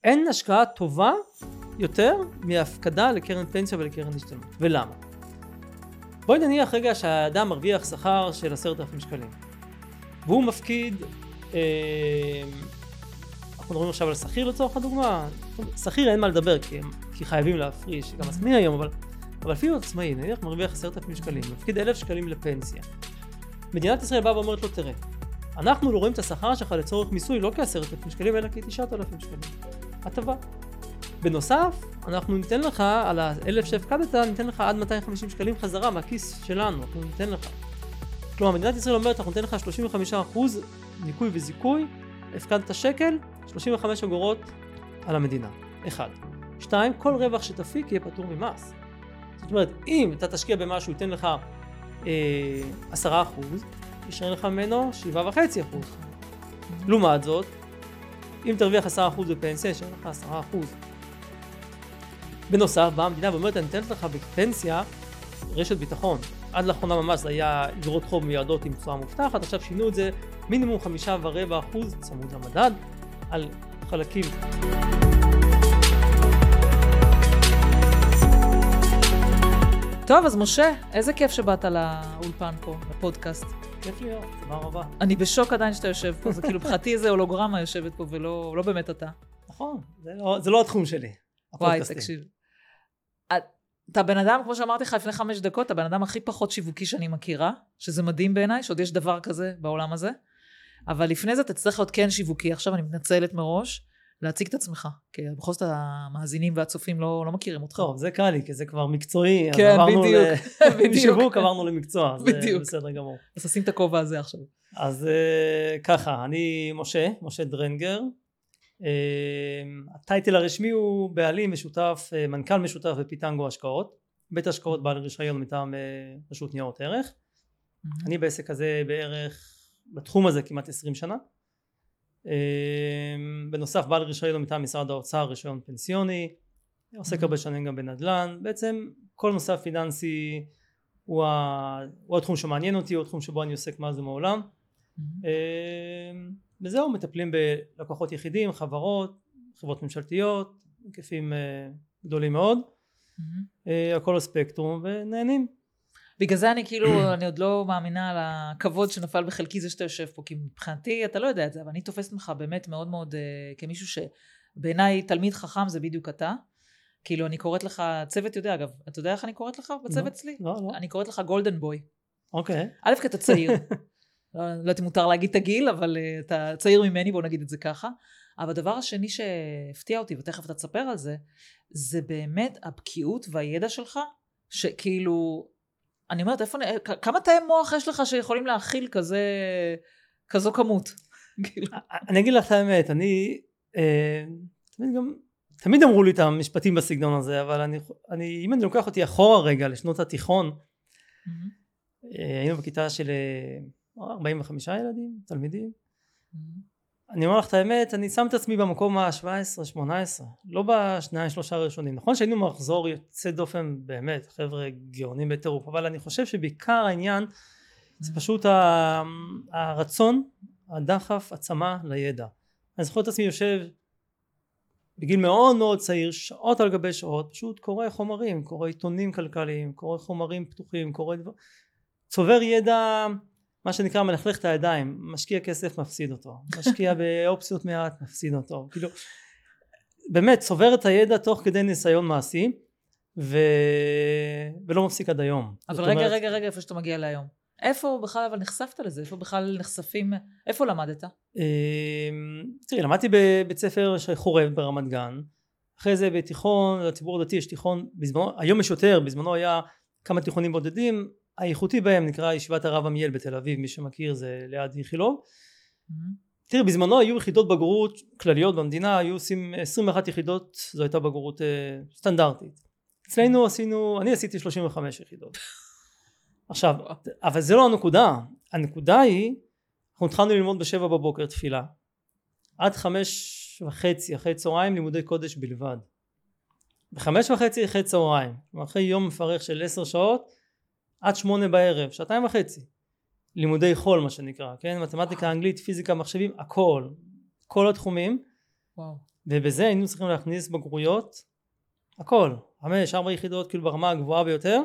אין השקעה טובה יותר מהפקדה לקרן פנסיה ולקרן השתלמות. ולמה? בואי נניח רגע שהאדם מרוויח שכר של 10,000 שקלים. והוא מפקיד, אנחנו מדברים עכשיו על שכיר לצורך הדוגמה, שכיר אין מה לדבר כי חייבים להפריש, גם עצמאי היום, אבל אפילו עצמאי, נניח מרוויח 10,000 שקלים, מפקיד 1,000 שקלים לפנסיה. מדינת ישראל באה ואומרת לו, תראה, אנחנו לא רואים את השכר שלך לצורך מיסוי לא כ10,000 שקלים, אלא כ9,000 שקלים. הטבה. בנוסף, אנחנו ניתן לך, על ה-1,000 שהפקדת, ניתן לך עד 250 שקלים חזרה מהכיס שלנו, אנחנו ניתן לך. כלומר, מדינת ישראל אומרת, אנחנו ניתן לך 35% ניכוי וזיכוי, הפקדת שקל, 35 אגורות על המדינה. 1. 2. כל רווח שתפיק יהיה פטור ממס. זאת אומרת, אם אתה תשקיע במשהו, ייתן לך 10%, ישאר לך ממנו 7.5%. לעומת זאת, אם תרוויח 10% בפנסיה, ישאר לך 10%. בנוסף, באה המדינה ואומרת, אני נותנת לך בפנסיה רשת ביטחון. עד לאחרונה ממש זה היה אגרות חוב מיועדות עם תשואה מובטחת, עכשיו שינו את זה מינימום 5.25% צמוד למדד על חלקים. טוב, אז משה, איזה כיף שבאת לאולפן פה, לפודקאסט. כיף להיות, תודה רבה. אני בשוק עדיין שאתה יושב פה, זה כאילו בחתי איזה הולוגרמה יושבת פה ולא באמת אתה. נכון, זה לא התחום שלי. וואי, תקשיב. אתה בן אדם, כמו שאמרתי לך לפני 5 דקות, הבן אדם הכי פחות שיווקי שאני מכירה, שזה מדהים בעיניי, שעוד יש דבר כזה בעולם הזה. אבל לפני זה אתה צריך להיות כן שיווקי, עכשיו אני מתנצלת מראש, להציג את עצמך, כי בכל זאת המאזינים והצופים לא מכירים אותך. טוב, זה קל לי, כי זה כבר מקצועי. כן, בדיוק. משיווק עברנו למקצוע, זה בסדר גמור. אז תשים את הכובע הזה עכשיו. אז ככה, אני משה דרנגר. הטייטל הרשמי הוא בעלים משותף, מנכ"ל משותף בפיטנגו השקעות, בית השקעות בעל רישיון מטעם רשות ניירות ערך. אני בעסק הזה בערך, בתחום הזה כמעט 20 שנה. בנוסף בעל רישיון מטעם משרד האוצר, רישיון פנסיוני, עוסק הרבה שנים גם בנדל"ן. בעצם כל נושא פיננסי הוא התחום שמעניין אותי, הוא התחום שבו אני עוסק מאז ומעולם. וזהו, מטפלים בלקוחות יחידים, חברות ממשלתיות, היקפים גדולים מאוד, הכל הספקטרום, ונהנים. בגלל זה אני כאילו, אני עוד לא מאמינה על הכבוד שנפל בחלקי זה שאתה יושב פה, כי מבחינתי אתה לא יודע את זה, אבל אני תופסת ממך באמת מאוד מאוד כמישהו שבעיניי תלמיד חכם זה בדיוק אתה. כאילו אני קוראת לך, צוות יודע אגב, אתה יודע איך אני קוראת לך בצוות שלי? לא. אני קוראת לך גולדן בוי. אוקיי. א' כי אתה צעיר. לא יודעת אם מותר להגיד את הגיל, אבל אתה צעיר ממני, בוא נגיד את זה ככה. אבל הדבר השני שהפתיע אותי, ותכף אתה תספר על זה, זה באמת הבקיאות והידע שלך, שכאילו, אני אומרת, כמה תאי מוח יש לך שיכולים להכיל כזו כמות? אני אגיד לך את האמת, אני תמיד אמרו לי את המשפטים בסגנון הזה, אבל אם אני לוקח אותי אחורה רגע לשנות התיכון, היינו בכיתה של 45 ילדים, תלמידים. אני אומר לך את האמת, אני שם את עצמי במקום ה-17-18, לא ב2-3 הראשונים. נכון שהיינו מחזור יוצא דופן באמת, חבר'ה גאונים בטירוף, אבל אני חושב שבעיקר העניין זה פשוט הרצון, הדחף, עצמה לידע. אני זוכר את עצמי יושב בגיל מאוד מאוד צעיר, שעות על גבי שעות, פשוט קורא חומרים, קורא עיתונים כלכליים, קורא חומרים פתוחים, צובר ידע, מה שנקרא מלכלך את הידיים, משקיע כסף מפסיד אותו, משקיע באופציות מעט מפסיד אותו, כאילו באמת צובר את הידע תוך כדי ניסיון מעשי ולא מפסיק עד היום. אבל רגע איפה שאתה מגיע להיום, איפה בכלל אבל נחשפת לזה, איפה בכלל נחשפים, איפה למדת? תראי, למדתי בבית ספר חורב ברמת גן, אחרי זה בתיכון, לציבור הדתי יש תיכון, היום יש יותר, בזמנו היה כמה תיכונים בודדים, האיכותי בהם נקרא ישיבת הרב עמיאל בתל אביב, מי שמכיר זה ליד איכילוב. תראי, בזמנו היו יחידות בגרות כלליות במדינה, היו עושים 21 יחידות, זו הייתה בגרות סטנדרטית. אצלנו אני עשיתי 35 יחידות. עכשיו, אבל זה לא הנקודה. הנקודה היא, אנחנו התחלנו ללמוד ב7 בבוקר תפילה, עד 5:30 אחרי צהריים לימודי קודש בלבד. ב5:30 אחרי צהריים, אחרי יום מפרך של 10 שעות, עד 8 בערב, 2.5 לימודי חול מה שנקרא, כן? מתמטיקה, אנגלית, פיזיקה, מחשבים, הכל, כל התחומים. וואו. ובזה היינו צריכים להכניס בגרויות, הכל, 4 יחידות כאילו ברמה הגבוהה ביותר,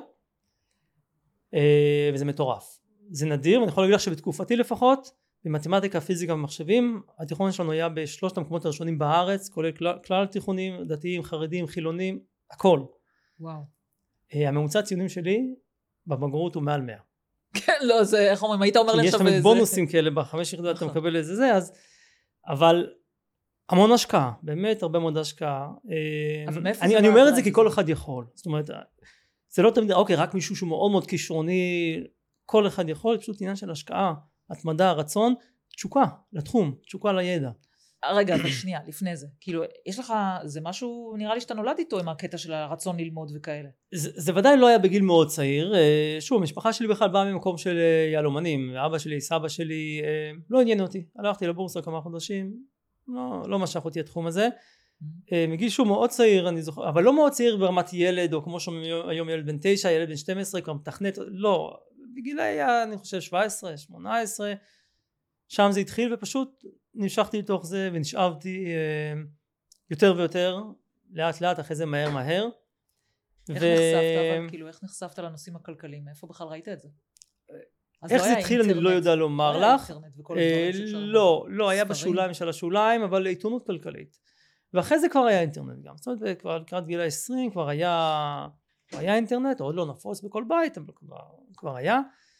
וזה מטורף. זה נדיר, ואני יכול להגיד לך שבתקופתי לפחות, במתמטיקה, פיזיקה ומחשבים, התיכון שלנו היה בשלושת המקומות הראשונים בארץ, כולל כלל התיכונים, דתיים, חרדים, חילונים, הכל. וואו. הממוצע הציונים שלי בבגרות הוא מעל 100. כן, לא, זה, איך אומרים, היית אומר לי עכשיו... יש תמיד בונוסים כאלה, ב5 יחידות אתה מקבל איזה זה, אז... אבל המון השקעה, באמת הרבה מאוד השקעה. אני אומר את זה כי כל אחד יכול. זאת אומרת, זה לא תמיד, אוקיי, רק מישהו שהוא מאוד מאוד כישרוני, כל אחד יכול, פשוט עניין של השקעה, התמדה, רצון, תשוקה לתחום, תשוקה לידע. רגע, אבל שנייה, לפני זה. כאילו, יש לך, זה משהו, נראה לי שאתה נולד איתו עם הקטע של הרצון ללמוד וכאלה. זה ודאי לא היה בגיל מאוד צעיר. שוב, המשפחה שלי בכלל באה ממקום של יהלומנים. אבא שלי, סבא שלי, לא עניין אותי. הלכתי לבורסה כמה חודשים, לא משך אותי התחום הזה. מגיל שהוא מאוד צעיר, אני זוכר, אבל לא מאוד צעיר ברמת ילד, או כמו שהיום ילד בן 9, ילד בן 12, כבר מתכנת, לא. בגילי היה, אני חושב, 17, 18. שם זה התחיל ופשוט נמשכתי לתוך זה ונשאבתי יותר ויותר, לאט לאט, אחרי זה מהר. איך נחשפת, אבל כאילו, איך נחשפת לנושאים הכלכליים? איפה בכלל ראית את זה? איך זה התחיל אני לא יודע לומר לך. לא, היה בשוליים של השוליים, אבל עיתונות כלכלית. ואחרי זה כבר היה אינטרנט גם. זאת אומרת, כבר לקראת גיל 20 כבר היה אינטרנט, עוד לא נפוץ בכל בית, אבל כבר היה.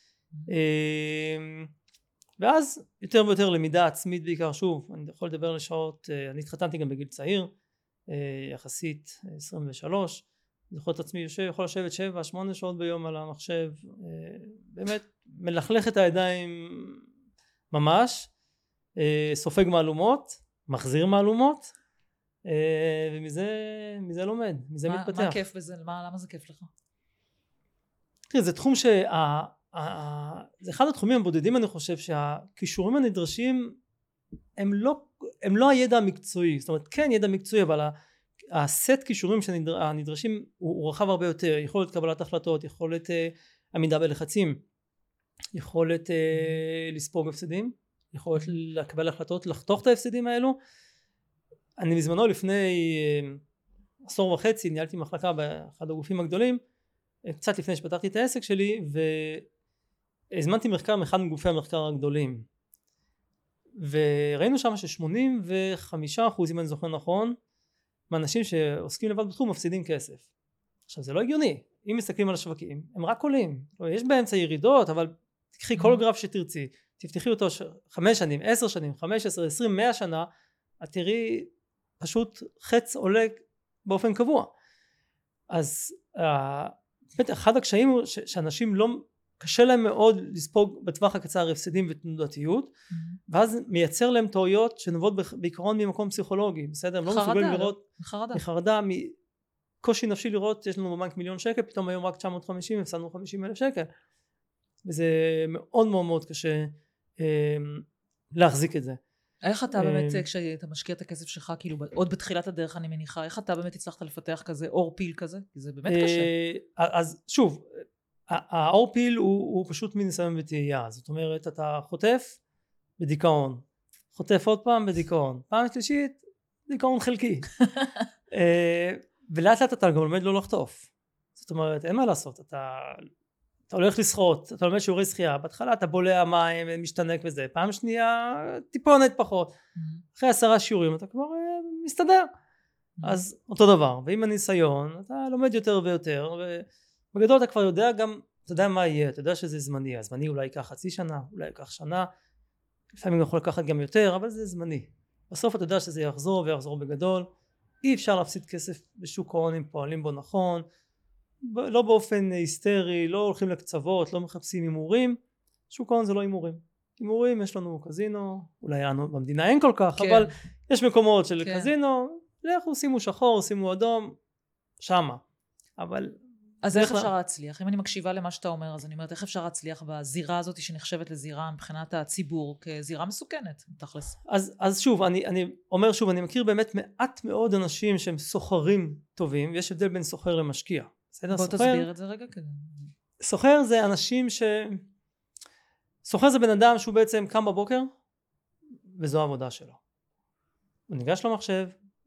ואז יותר ויותר למידה עצמית בעיקר. שוב, אני יכול לדבר לשעות, אני התחתנתי גם בגיל צעיר, יחסית 23, אני זוכר את עצמי יכול לשבת 7-8 שעות ביום על המחשב, באמת מלכלך את הידיים ממש, סופג מהלומות, מחזיר מהלומות, ומזה לומד, מזה מתפתח. מה כיף בזה? למה זה כיף לך? תראי, זה תחום זה אחד התחומים הבודדים, אני חושב שהכישורים הנדרשים הם לא הידע המקצועי. זאת אומרת, כן ידע מקצועי, אבל הסט כישורים הנדרשים הוא רחב הרבה יותר. יכולת קבלת החלטות, יכולת עמידה בלחצים, יכולת לספוג הפסדים, יכולת לקבל החלטות, לחתוך את ההפסדים האלו. אני בזמנו לפני 10.5 ניהלתי מחלקה באחד הגופים הגדולים, קצת לפני שפתחתי את העסק שלי, והזמנתי מחקר מאחד מגופי המחקר הגדולים, וראינו שם ש85%, אם אני זוכר נכון, מהאנשים שעוסקים לבד בתחום מפסידים כסף. עכשיו זה לא הגיוני, אם מסתכלים על השווקים הם רק עולים, יש באמצע ירידות, אבל תקחי כל גרף שתרצי, תפתחי אותו 5 שנים, 10 שנים, 15, 20, 100 שנה, את תראי פשוט חץ עולה באופן קבוע. אז באמת אחד הקשיים הוא שאנשים לא, קשה להם מאוד לספוג בטווח הקצר הפסדים ותנודתיות, ואז מייצר להם טעויות שנובעות בעיקרון ממקום פסיכולוגי, בסדר? הם לא מסוגלים לראות, מחרדה, מקושי נפשי לראות, יש לנו בבנק 1,000,000 שקל, פתאום היום רק 950, הפסדנו 50,000 שקל, וזה מאוד מאוד מאוד קשה להחזיק את זה. איך אתה באמת, כשאתה משקיע את הכסף שלך, כאילו עוד בתחילת הדרך אני מניחה, איך אתה באמת הצלחת לפתח כזה אור פיל כזה? כי זה באמת קשה. אז שוב, האור פיל הוא פשוט מניסיון וטעייה. זאת אומרת, אתה חוטף בדיכאון, חוטף עוד פעם בדיכאון, פעם שלישית דיכאון חלקי, ולאט לאט אתה גם לומד לא לחטוף. זאת אומרת, אין מה לעשות, אתה הולך לשחות, אתה לומד שיעורי שחייה, בהתחלה אתה בולע מים ומשתנק וזה, פעם שנייה טיפונת פחות, אחרי 10 שיעורים אתה כבר מסתדר. אז אותו דבר, ועם הניסיון אתה לומד יותר ויותר, ובגדול אתה כבר יודע גם, אתה יודע מה יהיה, אתה יודע שזה זמני, הזמני אולי ייקח חצי שנה, אולי ייקח שנה, לפעמים יכול לקחת גם יותר, אבל זה זמני. בסוף אתה יודע שזה יחזור ויחזור בגדול, אי אפשר להפסיד כסף בשוק ההון אם פועלים בו נכון, לא באופן היסטרי, לא הולכים לקצוות, לא מחפשים הימורים. שוק ההון זה לא הימורים. הימורים יש לנו קזינו, אולי במדינה אין כל כך, כן. אבל יש מקומות של כן. קזינו, לכו שימו שחור, שימו אדום, שמה. אבל אז איך אפשר להצליח? אם אני מקשיבה למה שאתה אומר, אז אני אומרת, איך אפשר להצליח בזירה הזאת שנחשבת לזירה מבחינת הציבור, כזירה מסוכנת, תכלס? אז שוב, אני אומר שוב, אני מכיר באמת מעט מאוד אנשים שהם סוחרים טובים, ויש הבדל בין סוחר למשקיע. בוא תסביר את זה רגע כדי. סוחר זה אנשים סוחר זה בן אדם שהוא בעצם קם בבוקר וזו העבודה שלו. הוא ניגש למחשב,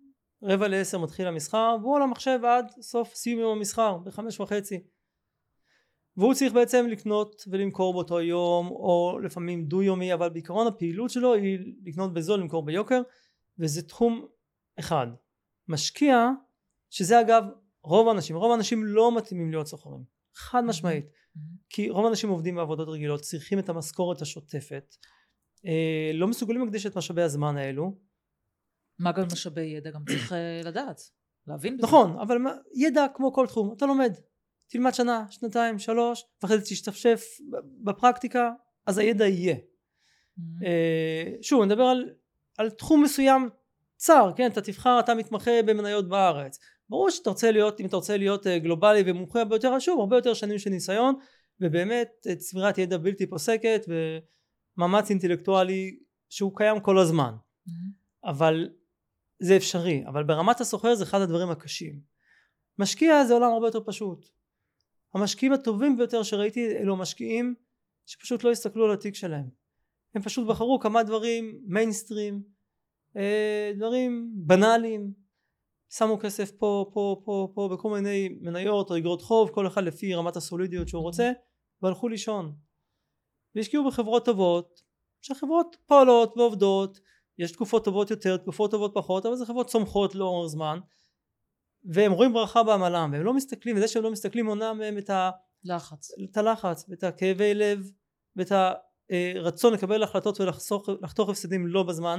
9:45 מתחיל המסחר, והוא על המחשב עד סוף סיום יום המסחר, ב5:30. והוא צריך בעצם לקנות ולמכור באותו יום, או לפעמים דו יומי, אבל בעיקרון הפעילות שלו היא לקנות בזול, למכור ביוקר, וזה תחום אחד. משקיע, שזה אגב רוב האנשים לא מתאימים להיות סוחרים, חד משמעית, כי רוב האנשים עובדים בעבודות רגילות, צריכים את המשכורת השוטפת, לא מסוגלים להקדיש את משאבי הזמן האלו. מה גם משאבי ידע, גם צריך לדעת, להבין בזה. נכון, אבל ידע כמו כל תחום, אתה לומד, תלמד שנה, שנתיים, 3, ואחרי זה תשתפשף בפרקטיקה, אז הידע יהיה. שוב, אני מדבר על תחום מסוים צר, כן? אתה תבחר, אתה מתמחה במניות בארץ. ברור שאתה רוצה להיות, אם אתה רוצה להיות גלובלי ומומחה ביותר, שוב, הרבה יותר שנים של ניסיון, ובאמת צבירת ידע בלתי פוסקת, ומאמץ אינטלקטואלי שהוא קיים כל הזמן. אבל זה אפשרי, אבל ברמת הסוחר זה אחד הדברים הקשים. משקיע זה עולם הרבה יותר פשוט. המשקיעים הטובים ביותר שראיתי אלו משקיעים שפשוט לא הסתכלו על התיק שלהם. הם פשוט בחרו כמה דברים מיינסטרים, דברים בנאליים, שמו כסף פה בכל מיני מניות או אגרות חוב, כל אחד לפי רמת הסולידיות שהוא רוצה, והלכו לישון. והשקיעו בחברות טובות, שהחברות פועלות ועובדות, יש תקופות טובות יותר, תקופות טובות פחות, אבל זה חברות צומחות לאורך זמן, והם רואים ברכה בעמלם, והם לא מסתכלים, וזה שהם לא מסתכלים מונע מהם את הלחץ, ואת הכאבי לב, ואת הרצון לקבל החלטות ולחתוך הפסדים לא בזמן,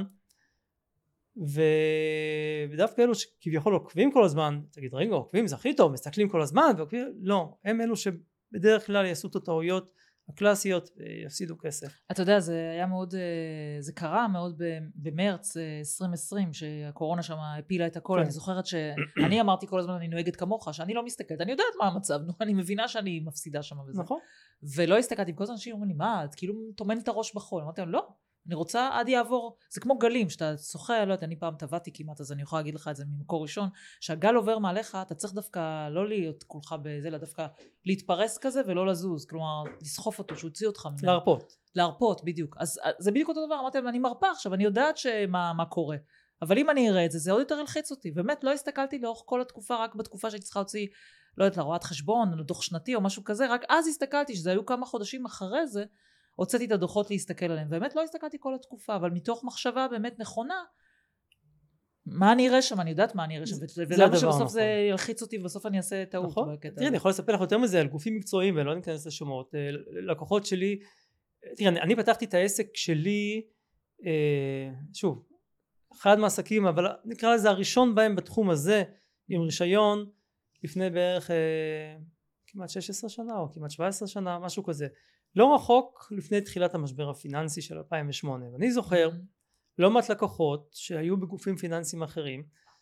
ודווקא אלו שכביכול עוקבים כל הזמן, תגיד רגע, עוקבים זה הכי טוב, מסתכלים כל הזמן, לא, הם אלו שבדרך כלל יעשו את הטעויות הקלאסיות יפסידו כסף. אתה יודע, זה היה מאוד, זה קרה מאוד במרץ 2020, שהקורונה שם הפילה את הכל. אני זוכרת שאני אמרתי כל הזמן, אני נוהגת כמוך, שאני לא מסתכלת, אני יודעת מה המצב, אני מבינה שאני מפסידה שם וזה. נכון. ולא הסתכלתי, כל הזמן אנשים אומרים לי, מה, את כאילו תומנת את הראש בחול. אמרתי להם, לא, אני רוצה עד יעבור, זה כמו גלים, שאתה שוחה, לא יודעת, אני פעם טבעתי כמעט, אז אני יכולה להגיד לך את זה ממקור ראשון, שהגל עובר מעליך, אתה צריך דווקא לא להיות כולך בזה, אלא דווקא להתפרס כזה ולא לזוז, כלומר, לסחוף אותו, שהוציא אותך. להרפות, בדיוק. אז זה בדיוק אותו דבר, אמרתי להם, אני מרפה עכשיו, אני יודעת מה קורה, אבל אם אני אראה את זה, זה עוד יותר ילחיץ אותי, באמת לא הסתכלתי לאורך כל התקופה, רק בתקופה שהייתי צריכה להוציא, לא יודעת, לרואת חשבון, או דוח שנתי או משהו כזה, רק אז הסתכלתי, שזה היו כמה חודשים אחרי זה, הוצאתי את הדוחות להסתכל עליהם, באמת לא הסתכלתי כל התקופה, אבל מתוך מחשבה באמת נכונה, מה אני אראה שם, אני יודעת מה אני אראה שם, ולמה שבסוף זה ילחיץ אותי, ובסוף אני אעשה טעות. תראי, אני יכול לספר לך יותר מזה, על גופים מקצועיים, ולא ניכנס לשמות, לקוחות שלי, תראי, אני פתחתי את העסק שלי, שוב, אחד מהעסקים, אבל נקרא לזה הראשון בהם בתחום הזה, עם רישיון, לפני בערך כמעט 16 שנה, או כמעט 17 שנה, משהו כזה. לא רחוק לפני תחילת המשבר הפיננסי של 2008, ואני זוכר לא מעט לקוחות שהיו בגופים פיננסיים אחרים,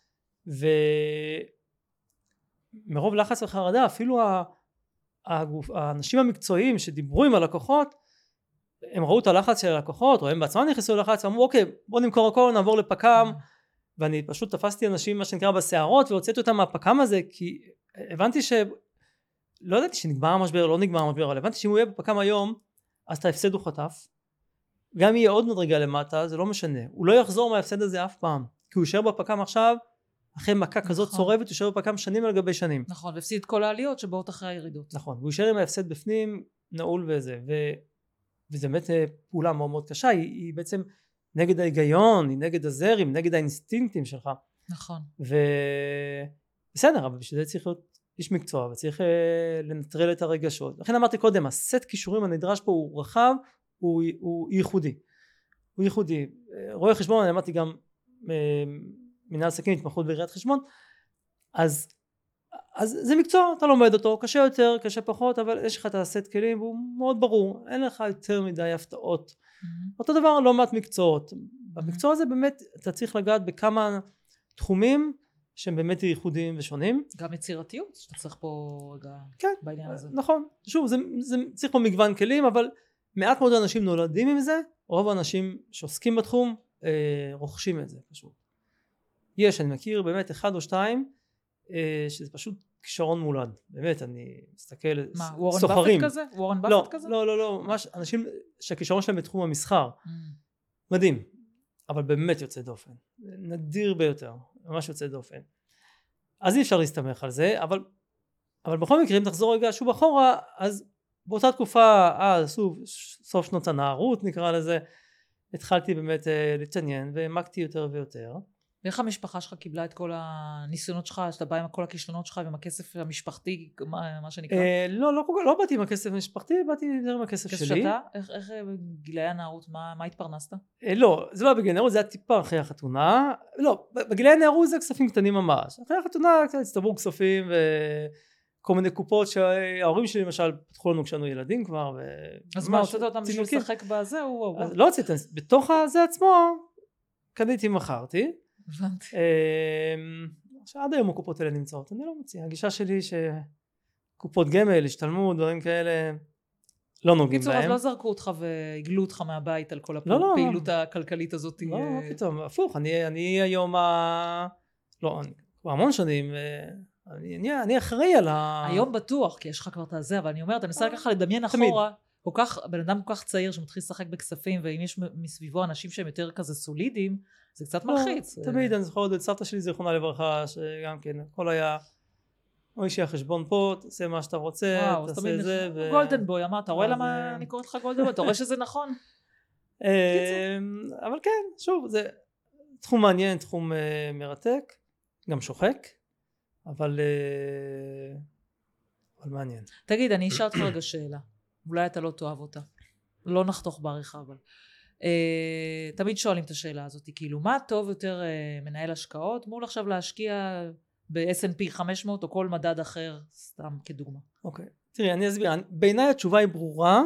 ומרוב לחץ וחרדה אפילו האנשים המקצועיים שדיברו עם הלקוחות, הם ראו את הלחץ של הלקוחות, או הם בעצמם נכנסו ללחץ, ואמרו אוקיי, בוא נמכור הכל, נעבור לפקם, ואני פשוט תפסתי אנשים מה שנקרא בשערות, והוצאתי אותם מהפקם הזה, כי הבנתי לא ידעתי שנגמר המשבר, לא נגמר המשבר, אבל הבנתי שאם הוא יהיה בפקם היום, אז את ההפסד הוא חטף, גם יהיה עוד מדרגה למטה, זה לא משנה, הוא לא יחזור מההפסד הזה אף פעם, כי הוא יישאר בפקם עכשיו, אחרי מכה כזאת צורבת, הוא יישאר בפקם שנים על גבי שנים. נכון, והפסיד כל העליות שבאות אחרי הירידות. נכון, הוא יישאר עם ההפסד בפנים, נעול וזה, וזה באמת פעולה מאוד מאוד קשה, היא בעצם נגד ההיגיון, היא נגד הזרם, נגד האינסטינקטים שלך. נכון. בסדר, אבל בשביל זה צריך להיות איש מקצוע, וצריך לנטרל את הרגשות. לכן אמרתי קודם, הסט כישורים הנדרש פה הוא רחב, הוא ייחודי. הוא ייחודי. רואה חשבון, אני אמרתי גם מנהל עסקים, התמחות בראיית חשבון, אז זה מקצוע, אתה לומד אותו, קשה יותר, קשה פחות, אבל יש לך את הסט כלים, והוא מאוד ברור, אין לך יותר מדי הפתעות. אותו דבר לא מעט מקצועות. במקצוע הזה באמת אתה צריך לגעת בכמה תחומים, שהם באמת ייחודיים ושונים. גם יצירתיות, שאתה צריך פה רגע בעניין הזה. נכון, שוב, זה צריך פה מגוון כלים, אבל מעט מאוד אנשים נולדים עם זה, רוב האנשים שעוסקים בתחום, רוכשים את זה פשוט. אני מכיר באמת אחד או שתיים, שזה פשוט כישרון מולד. באמת, אני מסתכל, מה, וורן באפט כזה? וורן באפט כזה? לא, ממש אנשים שהכישרון שלהם בתחום המסחר. מדהים, אבל באמת יוצא דופן. נדיר ביותר. ממש יוצא דופן. אז אי אפשר להסתמך על זה, אבל בכל מקרה אם תחזור רגע שוב אחורה, אז באותה תקופה, סוף שנות הנערות נקרא לזה, התחלתי באמת להתעניין והעמקתי יותר ויותר. ואיך המשפחה שלך קיבלה את כל הניסיונות שלך, שאתה בא עם כל הכישלונות שלך ועם הכסף המשפחתי, מה שנקרא? לא באתי עם הכסף המשפחתי, באתי עם הכסף שלי. כשאתה, איך בגילאי הנערות, מה התפרנסת? לא, זה לא בגילי הנערות, זה היה טיפה אחרי החתונה. לא, בגילי הנערות זה כספים קטנים ממש. אחרי החתונה קצת הצטברו כספים וכל מיני קופות שההורים שלי למשל פתחו לנו כשאנו ילדים כבר. אז מה, הוצאת אותם בשביל לשחק בזה? לא הוצאתי, בתוך זה עצמו קניתי מכרתי. הבנתי. שעד היום הקופות האלה נמצאות, אני לא מציע. הגישה שלי שקופות גמל, השתלמות, דברים כאלה, לא נוגעים בהם. קיצור, אז לא זרקו אותך והגלו אותך מהבית על כל הפעילות הכלכלית הזאת. לא, פתאום, הפוך, אני היום, לא, כבר המון שנים, אני אחראי על היום בטוח, כי יש לך כבר את הזה, אבל אני אומרת, אני רוצה ככה לדמיין אחורה, בן אדם כל כך צעיר שמתחיל לשחק בכספים, ואם יש מסביבו אנשים שהם יותר כזה סולידיים, זה קצת מלחיץ. תמיד, אני זוכר עוד את סבתא שלי זיכרונה לברכה, שגם כן, הכל היה, אוי שיהיה חשבון פה, תעשה מה שאתה רוצה, תעשה זה. גולדן בוי, אמרת, אתה רואה למה אני קוראת לך גולדן בוי? אתה רואה שזה נכון? אבל כן, שוב, זה תחום מעניין, תחום מרתק, גם שוחק, אבל מעניין. תגיד, אני אשאל אותך רגע שאלה, אולי אתה לא תאהב אותה, לא נחתוך בעריכה אבל. תמיד שואלים את השאלה הזאת, כאילו מה טוב יותר מנהל השקעות מול עכשיו להשקיע ב-S&P 500 או כל מדד אחר, סתם כדוגמה. אוקיי, תראי, אני אסביר, בעיניי התשובה היא ברורה,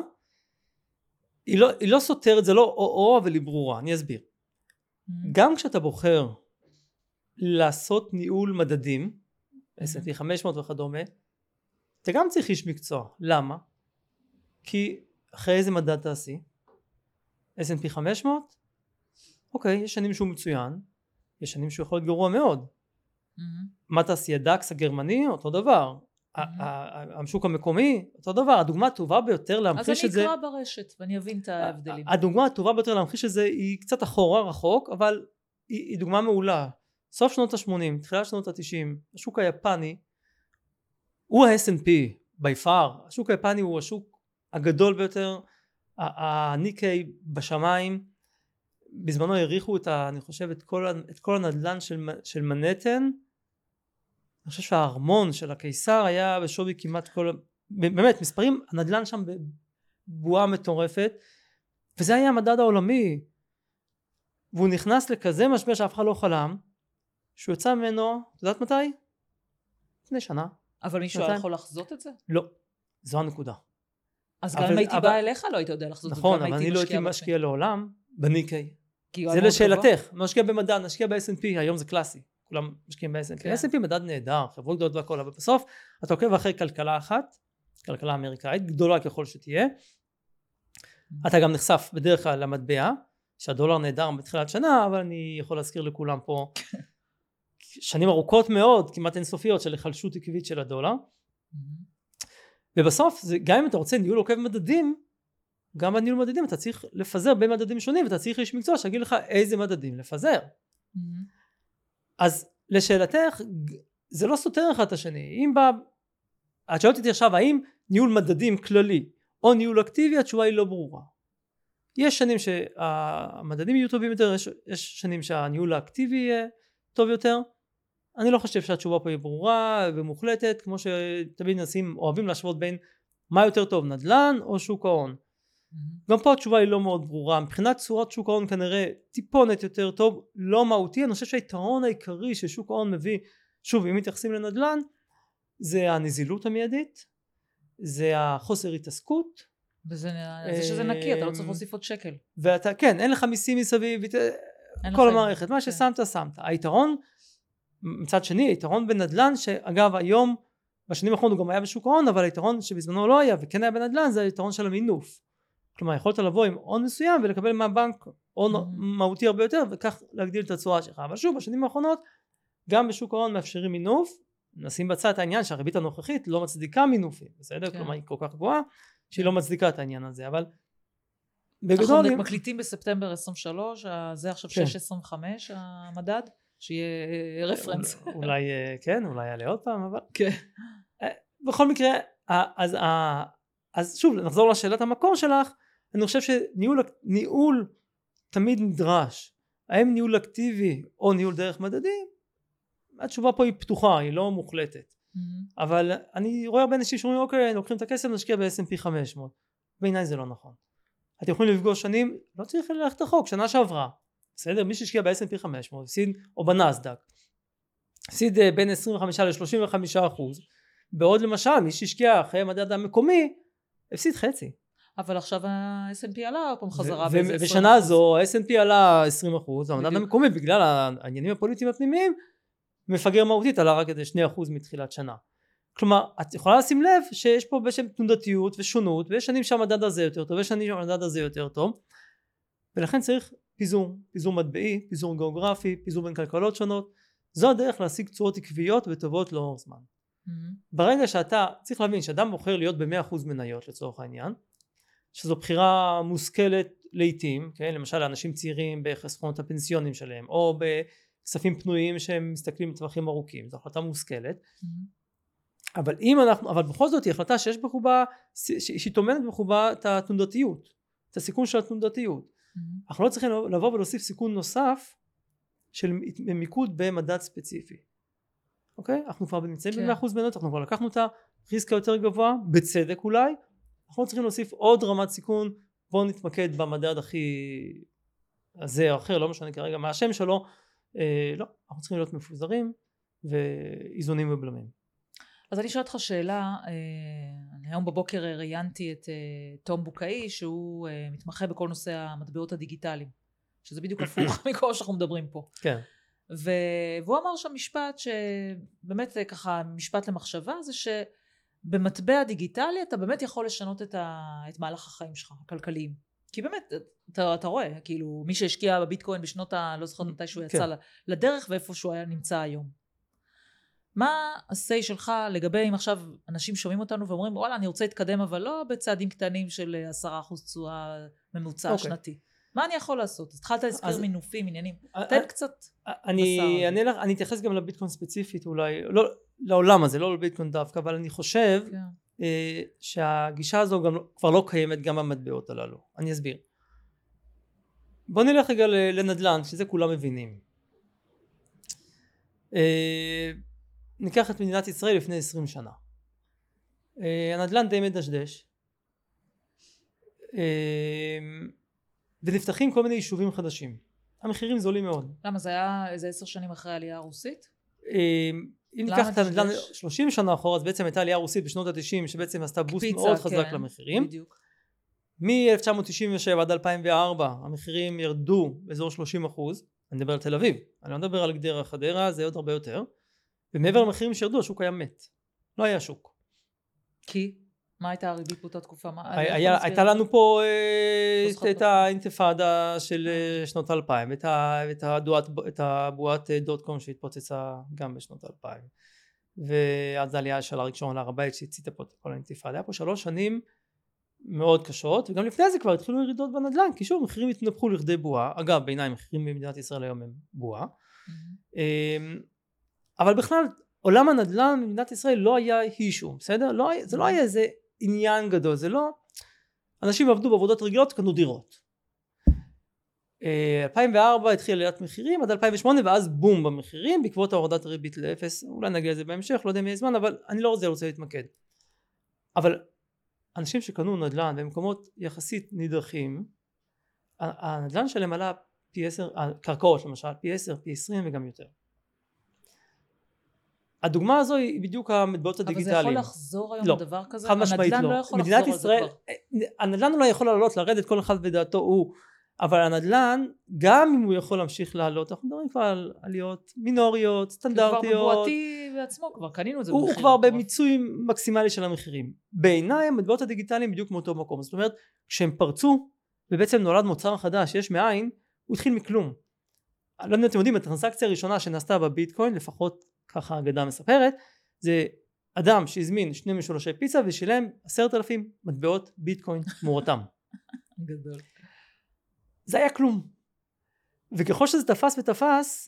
היא לא סותרת, זה לא או אבל היא ברורה, אני אסביר. גם כשאתה בוחר לעשות ניהול מדדים, S&P 500 וכדומה, אתה גם צריך איש מקצוע. למה? כי אחרי איזה מדד תעשי? S&P 500? אוקיי, יש שנים שהוא מצוין, יש שנים שהוא יכול להיות גרוע מאוד. מה תעשי? הדקס הגרמני? אותו דבר. השוק המקומי? אותו דבר. הדוגמה הטובה ביותר להמחיש את זה... אז אני אקרא ברשת ואני אבין את ההבדלים. הדוגמה הטובה ביותר להמחיש את זה היא קצת אחורה, רחוק, אבל היא דוגמה מעולה. סוף שנות ה-80, תחילת שנות ה-90, השוק היפני הוא ה-S&P by far. השוק היפני הוא השוק הגדול ביותר, הניקיי בשמיים. בזמנו העריכו אני חושב את כל הנדלן של מנהטן. אני חושב שהארמון של הקיסר היה בשווי כמעט באמת מספרים, הנדלן שם בבועה מטורפת, וזה היה המדד העולמי, והוא נכנס לכזה משבר שאף אחד לא חלם, שהוא יצא ממנו, את יודעת מתי? לפני שנה. אבל מישהו היה יכול לחזות את זה? לא, זו הנקודה. אז גם אם הייתי באה אליך לא היית יודע לחזות את זה. נכון, אבל אני לא הייתי משקיע לעולם בניקיי. זה לשאלתך, משקיע במדד, נשקיע ב-S&P, היום זה קלאסי, כולם משקיעים ב-S&P. S&P מדד נהדר, חברות גדולות והכל, אבל בסוף אתה עוקב אחרי כלכלה אחת, כלכלה אמריקאית, גדולה ככל שתהיה, אתה גם נחשף בדרך כלל למטבע, שהדולר נהדר בתחילת שנה, אבל אני יכול להזכיר לכולם פה שנים ארוכות מאוד, כמעט אינסופיות, של החלשות עקבית של הדולר. ובסוף, גם אם אתה רוצה ניהול עוקב מדדים, גם בניהול מדדים אתה צריך לפזר בין מדדים שונים, ואתה צריך איש מקצוע שיגיד לך איזה מדדים לפזר. אז לשאלתך, זה לא סותר אחד את השני. את שואלת אותי עכשיו, האם ניהול מדדים כללי או ניהול אקטיבי, התשובה היא לא ברורה. יש שנים שהמדדים יהיו טובים יותר, יש שנים שהניהול האקטיבי יהיה טוב יותר. אני לא חושב שהתשובה פה היא ברורה ומוחלטת, כמו שתמיד אוהבים להשוות בין מה יותר טוב, נדל"ן או שוק ההון. גם פה התשובה היא לא מאוד ברורה. מבחינת צורת שוק ההון כנראה טיפונת יותר טוב, לא מהותי. אני חושב שהיתרון העיקרי ששוק ההון מביא, שוב אם מתייחסים לנדל"ן, זה הנזילות המיידית, זה החוסר התעסקות, וזה שזה נקי, אתה לא צריך להוסיף עוד שקל. ואתה, כן, אין לך מיסים מסביב, כל המערכת, מה ששמת, שמת. היתרון, מצד שני, היתרון בנדל"ן, שאגב היום, בשנים האחרונות הוא גם היה בשוק ההון, אבל היתרון שבזמנו לא היה, וכן היה בנדל"ן, זה היתרון של המינוף. כלומר, יכולת לבוא עם הון מסוים, ולקבל מהבנק הון מהותי הרבה יותר, וכך להגדיל את התשואה שלך. אבל שוב, בשנים האחרונות, גם בשוק ההון מאפשרים מינוף, נשים בצד את העניין שהריבית הנוכחית לא מצדיקה מינופים, בסדר? כלומר, היא כל כך גבוהה, שהיא לא מצדיקה את העניין הזה, אבל בגדול... אנחנו מקליטים בספטמבר 23, זה עכשיו 6.25 המדד? שיהיה רפרנס. אולי כן, אולי יעלה עוד פעם, אבל כן. בכל מקרה, אז שוב, נחזור לשאלת המקור שלך. אני חושב שניהול תמיד נדרש. האם ניהול אקטיבי או ניהול דרך מדדים? התשובה פה היא פתוחה, היא לא מוחלטת. אבל אני רואה הרבה אנשים שאומרים, אוקיי, לוקחים את הכסף, נשקיע ב-S&P 500. בעיניי זה לא נכון. אתם יכולים לפגוש שנים, לא צריך ללכת רחוק, שנה שעברה. בסדר? מי שהשקיע ב-S&P 500, או בנאסד"ק, הפסיד בין 25 ל-35%. בעוד למשל, מי שהשקיע אחרי המדד המקומי, הפסיד חצי. אבל עכשיו ה-S&P עלה פעם חזרה ושנה זו ה-S&P עלה 20%, המדד המקומי בגלל העניינים הפוליטיים הפנימיים מפגר מהותית, עלה רק עד 2% מתחילת שנה. כלומר, את יכולה לשים לב שיש פה בשם תנודתיות ושונות, ויש שנים שהמדד הזה יותר טוב, ויש שנים שהמדד הזה יותר טוב, ולכן צריך פיזור מטבעי, פיזור גיאוגרפי, פיזור בין כלכלות שונות. זו הדרך להשיג תשואות עקביות וטובות לאורך זמן. ברגע שאתה צריך להבין שאדם בוחר להיות ב-100% מניות לצורך העניין, שזו בחירה מושכלת לעתים, כן? למשל לאנשים צעירים בחסכונות הפנסיונים שלהם, או בכספים פנויים שהם מסתכלים בטווחים ארוכים, זו החלטה מושכלת. אבל בכל זאת היא החלטה שיש בחובה, שהיא טומנת בחובה את התנודתיות, את הסיכון של התנודתיות. אנחנו לא צריכים לבוא ולהוסיף סיכון נוסף של מיקוד במדד ספציפי. אוקיי? אנחנו כבר נמצאים ב-100% מניות, אנחנו כבר לקחנו את הריסק היותר גבוה, בצדק אולי, אנחנו לא צריכים להוסיף עוד רמת סיכון, בואו נתמקד במדד הכי הזה או אחר, לא משנה כרגע מה השם שלו, לא, אנחנו צריכים להיות מפוזרים ואיזונים ובלמים. אז אני שואלת אותך שאלה, אני היום בבוקר ראיינתי את תום בוקאי, שהוא מתמחה בכל נושא המטבעות הדיגיטליים, שזה בדיוק הפוך מכל שאנחנו מדברים פה. כן. והוא אמר שם משפט שבאמת ככה משפט למחשבה, זה שבמטבע דיגיטלי אתה באמת יכול לשנות את מהלך החיים שלך, הכלכליים. כי באמת, אתה רואה, כאילו מי שהשקיע בביטקוין בשנות לא זוכרת מתי שהוא יצא לדרך ואיפה שהוא היה נמצא היום. מה ה-say שלך לגבי אם עכשיו אנשים שומעים אותנו ואומרים וואלה אני רוצה להתקדם אבל לא בצעדים קטנים של 10% תשואה ממוצע שנתי. מה אני יכול לעשות? התחלת להזכיר מינופים, עניינים. תן קצת אני אתייחס גם לביטקוין ספציפית אולי, לא לעולם הזה, לא לביטקוין דווקא, אבל אני חושב שהגישה הזו כבר לא קיימת גם במטבעות הללו. אני אסביר. בוא נלך רגע לנדל"ן, שזה כולם מבינים. ניקח את מדינת ישראל לפני 20 שנה. הנדל"ן די מדשדש. ונפתחים כל מיני יישובים חדשים. המחירים זולים מאוד. למה זה היה איזה 10 שנים אחרי העלייה הרוסית? אם ניקח את הנדל"ן 30 שנה אחורה, אז בעצם הייתה עלייה רוסית בשנות ה-90 שבעצם עשתה בוסט מאוד חזק למחירים. בדיוק. מ-1997 עד 2004 המחירים ירדו באזור 30%. אני מדבר על תל אביב, אני לא מדבר על גדרה חדרה, זה עוד הרבה יותר. ומעבר למחירים שירדו השוק היה מת. לא היה שוק. כי? מה הייתה הריבית באותה תקופה? הייתה לנו פה את האינתיפאדה של שנות 2000, את הבועת .com שהתפוצצה גם בשנות 2000, ואז העלייה של אריק שרון להר הבית שהציתה פה את כל האינתיפאדה. היה פה 3 שנים מאוד קשות, וגם לפני זה כבר התחילו ירידות בנדל"ן, כי שוב מחירים התנפחו לכדי בועה. אגב בעיניי מחירים במדינת ישראל היום הם בועה, אבל בכלל עולם הנדל"ן במדינת ישראל לא היה אישו, בסדר? זה לא היה איזה עניין גדול, זה לא, אנשים עבדו בעבודות רגילות, קנו דירות. 2004 התחיל עליית מחירים עד 2008 ואז בום במחירים בעקבות ההורדת הריבית לאפס. אולי נגיע לזה בהמשך, לא יודע מי הזמן, אבל אני לא רוצה להתמקד. אבל אנשים שקנו נדל"ן במקומות יחסית נדרכים, הנדל"ן שלהם עלה פי 10, קרקעות למשל פי 10, פי 20 וגם יותר. הדוגמה הזו היא בדיוק המטבעות הדיגיטליים. אבל זה יכול לחזור היום לדבר כזה? חד משמעית לא. הנדל"ן לא יכול לחזור על זה כבר. הנדל"ן אולי יכול לעלות, לרדת כל אחד בדעתו הוא, אבל הנדל"ן, גם אם הוא יכול להמשיך לעלות, אנחנו מדברים כבר על עליות מינוריות, סטנדרטיות. כבר מבועתי בעצמו, כבר קנינו את זה במחירים. הוא כבר במיצוי מקסימלי של המחירים. בעיניי המטבעות הדיגיטליים בדיוק מאותו מקום. זאת אומרת, כשהם פרצו, ובעצם נולד מוצר חדש, יש מאין, הוא התחיל מכלום. לא יודע, אתם יודעים, הטרנסקציה הראשונה שנעשתה בביטקוין, לפחות ככה האגדה מספרת, זה אדם שהזמין 2 משולשי פיצה ושילם 10,000 מטבעות ביטקוין תמורתם. גדול. זה היה כלום. וככל שזה תפס ותפס,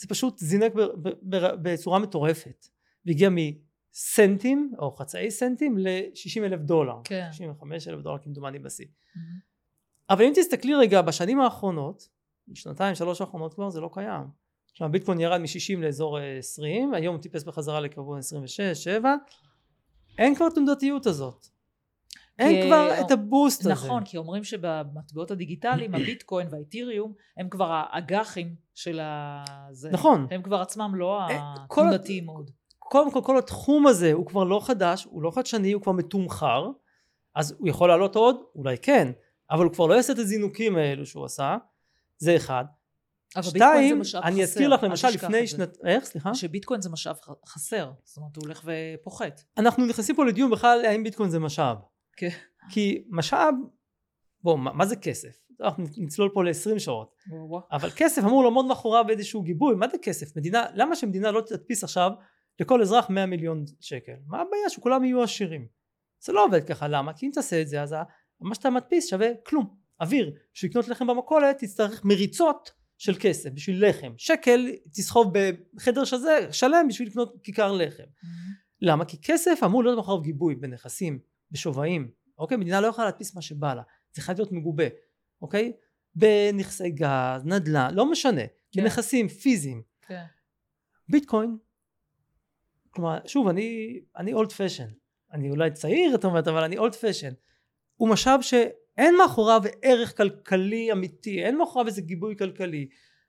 זה פשוט זינק בצורה מטורפת, והגיע מסנטים או חצאי סנטים ל$60,000, כן. $65,000 כמדומני בשיא. אבל אם תסתכלי רגע בשנים האחרונות, בשנתיים שלוש האחרונות כבר זה לא קיים. עכשיו הביטקוין ירד מ-60 לאזור 20, היום הוא טיפס בחזרה לכיוון 26-7, אין כבר תנודתיות הזאת, אין כבר את הבוסט הזה. נכון, כי אומרים שבמטבעות הדיגיטליים הביטקוין והאתיריום הם כבר האג"חים של זה. נכון. הם כבר עצמם לא התנודתיים מאוד. קודם כל התחום הזה הוא כבר לא חדש, הוא לא חדשני, הוא כבר מתומחר, אז הוא יכול לעלות עוד? אולי כן, אבל הוא כבר לא יעשה את הזינוקים האלו שהוא עשה, זה אחד. שתיים, אני אזכיר לך למשל לפני איך? סליחה? שביטקוין זה משאב חסר, זאת אומרת הוא הולך ופוחת. אנחנו נכנסים פה לדיון בכלל האם ביטקוין זה משאב. כן. כי משאב, בוא, מה זה כסף? אנחנו נצלול פה ל-20 שעות. אבל כסף אמור לעמוד מאחוריו באיזשהו גיבוי. מה זה כסף? למה שמדינה לא תדפיס עכשיו לכל אזרח 100 מיליון שקל? מה הבעיה? שכולם יהיו עשירים. זה לא עובד ככה, למה? כי אם תעשה את זה, אז מה שאתה מדפיס שווה כלום. אוויר, שיקנות לחם במכולת, תצטרך מריצות של כסף בשביל לחם. שקל תסחוב בחדר שלם בשביל לקנות כיכר לחם. למה? כי כסף אמור להיות מאחוריו גיבוי בנכסים, בשווים. אוקיי? מדינה לא יכולה להדפיס מה שבא לה. זה חייב להיות מגובה. אוקיי? בנכסי גז, נדל"ן, לא משנה. בנכסים פיזיים. ביטקוין, כלומר, שוב, אני old fashion. אני אולי צעיר, את אומרת, אבל אני old fashion. הוא משאב שאין מאחוריו ערך כלכלי אמיתי, אין מאחוריו איזה גיבוי כלכלי.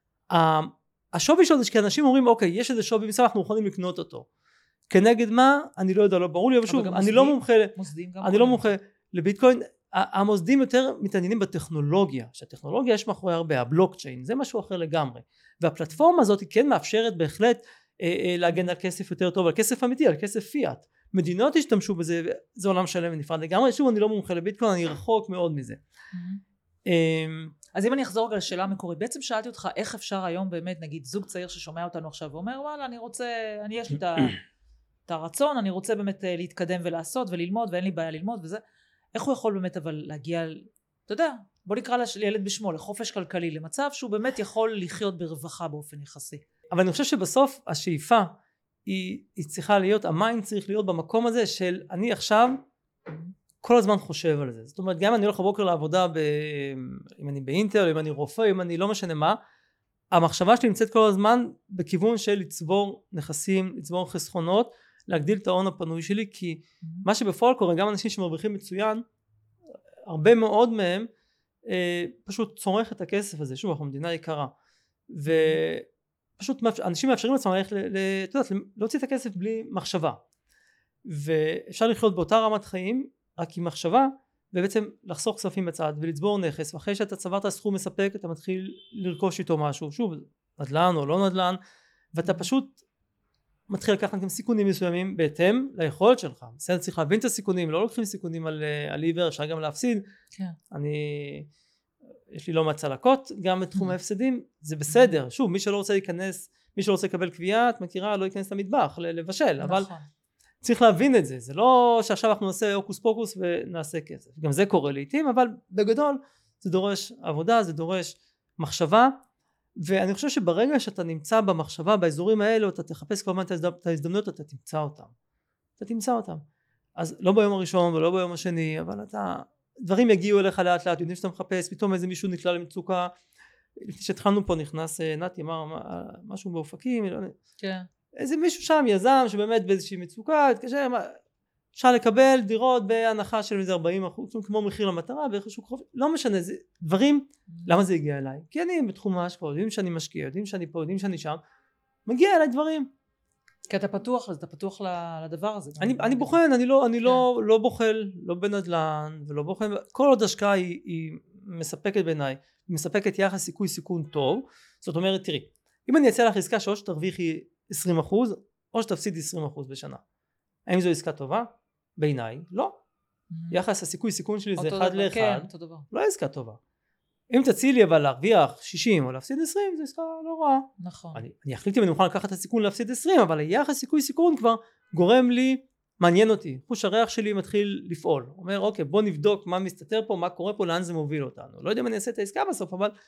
השווי שלו זה שכאנשים אומרים, אוקיי, יש איזה שווי מסוים, אנחנו מוכנים לקנות אותו. כנגד מה? אני לא יודע, לא ברור לי, אבל שוב, אני לא מומחה לביטקוין. המוסדים יותר מתעניינים בטכנולוגיה, שהטכנולוגיה יש מאחורי הרבה, הבלוקצ'יין, זה משהו אחר לגמרי. והפלטפורמה הזאת היא כן מאפשרת בהחלט להגן על כסף יותר טוב, על כסף אמיתי, על כסף פיאט. מדינות השתמשו בזה, זה עולם שלם ונפרד לגמרי. שוב, אני לא מומחה לביטקוין, אני רחוק מאוד מזה. אז אם אני אחזור על השאלה המקורית, בעצם שאלתי אותך איך אפשר היום באמת, נגיד זוג צעיר ששומע אותנו עכשיו ואומר, וואלה, יש לי את הרצון, אני רוצה באמת להתקדם ולעשות וללמוד, ואין לי בעיה ללמוד וזה. איך הוא יכול באמת אבל להגיע, אתה יודע, בוא נקרא לילד בשמו, לחופש כלכלי, למצב שהוא באמת יכול לחיות ברווחה באופן יחסי. אבל אני חושב שבסוף השאיפה היא צריכה להיות, המיינד צריך להיות במקום הזה של אני עכשיו כל הזמן חושב על זה. זאת אומרת, גם אם אני הולך בבוקר לעבודה, אם אני באינטל, אם אני רופא, אם אני לא משנה מה, המחשבה שלי נמצאת כל הזמן בכיוון של לצבור נכסים, לצבור חסכונות, להגדיל את ההון הפנוי שלי, כי מה שבפועל קורה, גם אנשים שמרוויחים מצוין, הרבה מאוד מהם פשוט צורך את הכסף הזה. שוב, אנחנו מדינה יקרה, ופשוט אנשים מאפשרים לעצמם להוציא את הכסף בלי מחשבה, ואפשר לחיות באותה רמת חיים רק עם מחשבה, ובעצם לחסוך כספים בצד ולצבור נכס, ואחרי שאתה צברת סכום מספק אתה מתחיל לרכוש איתו משהו, שוב נדל"ן או לא נדל"ן, ואתה פשוט מתחיל לקחת גם סיכונים מסוימים בהתאם ליכולת שלך. בסדר, צריך להבין את הסיכונים, לא לוקחים סיכונים על עיוור, אפשר גם להפסיד. כן. יש לי לא מעט צלקות, גם בתחום ההפסדים, זה בסדר. שוב, מי שלא רוצה להיכנס, מי שלא רוצה לקבל קביעה, את מכירה, לא ייכנס למטבח, לבשל, אבל צריך להבין את זה. זה לא שעכשיו אנחנו נעשה אוקוס פוקוס ונעשה כסף. גם זה קורה לעתים, אבל בגדול זה דורש עבודה, זה דורש מחשבה, ואני חושב שברגע שאתה נמצא במחשבה באזורים האלו, אתה תחפש כל הזמן את ההזדמנות, אתה תמצא אותם. אז לא ביום הראשון ולא ביום השני, אבל דברים יגיעו אליך לאט לאט, יודעים שאתה מחפש, פתאום איזה מישהו נקלע למצוקה. לפני שהתחלנו פה נכנס נתי, אמר משהו באופקים, כן. איזה מישהו שם, יזם, שבאמת באיזושהי מצוקה, התקשר, אפשר לקבל דירות בהנחה של איזה 40%, כמו מחיר למטרה, באיזשהו חופש, לא משנה, זה דברים, למה זה הגיע אליי? כי אני בתחום ההשקעות, יודעים שאני משקיע, יודעים שאני פה, יודעים שאני שם, מגיע אליי דברים. כי אתה פתוח, אז אתה פתוח לדבר הזה. אני בוחן, אני לא בוחל, לא בנדל"ן, ולא בוחן, כל עוד השקעה היא מספקת בעיניי, היא מספקת יחס סיכוי סיכון טוב. זאת אומרת, תראי, אם אני אצא לך עסקה שאו שתרוויחי 20%, או שתפסיד 20% בשנה. האם זו עסקה טובה? בעיניי, לא. יחס הסיכוי סיכון שלי זה 1 ל-1, לא עסקה טובה. אם תציעי לי אבל להרוויח 60 או להפסיד 20, זו עסקה לא רעה. נכון. אני אחליט אם אני מוכן לקחת את הסיכון להפסיד 20, אבל היחס סיכוי סיכון כבר גורם לי, מעניין אותי. חוש הריח שלי מתחיל לפעול. אומר, אוקיי, בוא נבדוק מה מסתתר פה, מה קורה פה, לאן זה מוביל אותנו. לא יודע אם אני אעשה את העסקה בסוף, אבל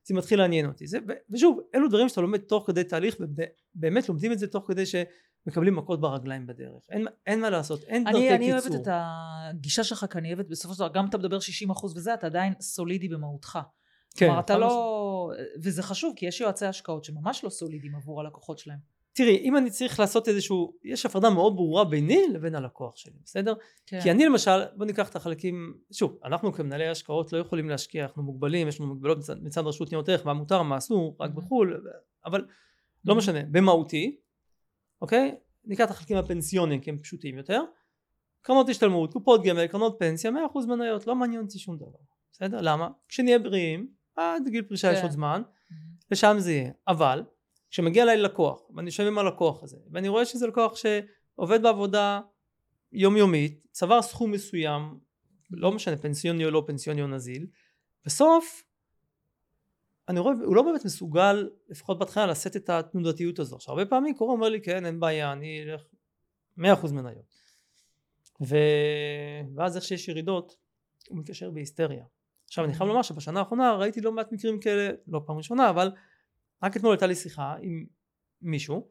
זה מתחיל לעניין אותי. ושוב, אלו דברים שאתה לומד תוך כדי תהליך, ובאמת לומדים את זה תוך כדי שמקבלים מכות ברגליים בדרך. אין מה לעשות, אין דרכי קיצור. אני אוהבת את הגישה שלך, כי אני אוהבת בסופו של דבר, גם אתה מדבר 60% וזה, אתה עדיין סולידי במהותך. כן, כלומר, אתה לא... וזה חשוב, כי יש יועצי השקעות שממש לא סולידים עבור הלקוחות שלהם. תראי, אם אני צריך לעשות איזשהו, יש הפרדה מאוד ברורה ביני לבין הלקוח שלי, בסדר? כן. כי אני למשל, בוא ניקח את החלקים, שוב, אנחנו כמנהלי השקעות לא יכולים להשקיע, אנחנו מוגבלים, יש לנו מגבלות מצד רשות ניירות ערך, מה מותר, מה אסור, רק בחו"ל, אבל לא משנה, במהותי, אוקיי? ניקח את החלקים הפנסיוניים, כי הם פשוטים יותר, קרנות השתלמות, קופות גמל, קרנות פנסיה, 100% מניות, לא מעניין אותי שום דבר, בסדר? למה? כשנהיה בריאים, עד גיל פרישה יש עוד זמן, לשם זה יהיה, אבל כשמגיע אליי לקוח, ואני יושב עם הלקוח הזה, ואני רואה שזה לקוח שעובד בעבודה יומיומית, צבר סכום מסוים, לא משנה פנסיוני או לא פנסיוני או נזיל, בסוף אני רואה, הוא לא באמת מסוגל, לפחות בהתחלה, לשאת את התנודתיות הזו. עכשיו, הרבה פעמים קורא אומר לי, כן, אין בעיה, אני אלך 100% מניות. ואז איך שיש ירידות, הוא מתקשר בהיסטריה. עכשיו, אני חייב לומר שבשנה האחרונה ראיתי לא מעט מקרים כאלה, לא פעם ראשונה, אבל רק אתמול הייתה לי שיחה עם מישהו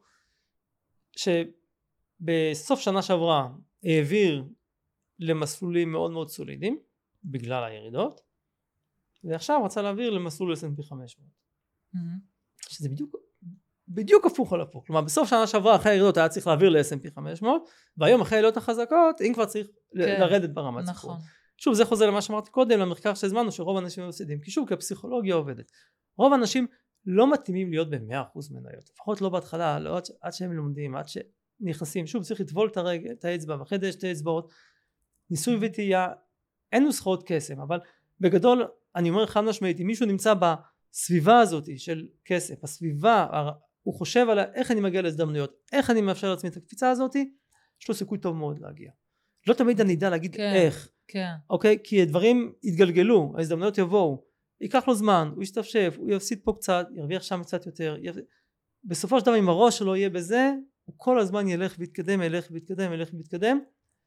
שבסוף שנה שעברה העביר למסלולים מאוד מאוד סולידיים בגלל הירידות, ועכשיו רצה להעביר למסלול S&P 500 שזה בדיוק הפוך על הפוך. כלומר בסוף שנה שעברה אחרי הירידות היה צריך להעביר ל-S&P 500, והיום אחרי הירידות החזקות אם כבר צריך לרדת ברמת סיכון. שוב זה חוזר למה שאמרתי קודם, למחקר שהזמנו שרוב האנשים מפסידים, כי שוב כי הפסיכולוגיה עובדת, רוב האנשים לא מתאימים להיות ב-100% מניות, לפחות לא בהתחלה, לא עד שהם לומדים, עד שנכנסים, שוב צריך לטבול את האצבע, ואחרי זה יש שתי אצבעות, ניסוי וטעייה, אין נוסחאות קסם, אבל בגדול אני אומר חד משמעית, אם מישהו נמצא בסביבה הזאת של כסף, הסביבה, הוא חושב על איך אני מגיע להזדמנויות, איך אני מאפשר לעצמי את הקפיצה הזאת, יש לו סיכוי טוב מאוד להגיע. לא תמיד אני אדע להגיד איך, אוקיי? כי הדברים יתגלגלו, ההזדמנויות יבואו, ייקח לו זמן, הוא ישתפשף, הוא יפסיד פה קצת, ירוויח שם קצת יותר, בסופו של דבר אם הראש שלו יהיה בזה, הוא כל הזמן ילך ויתקדם,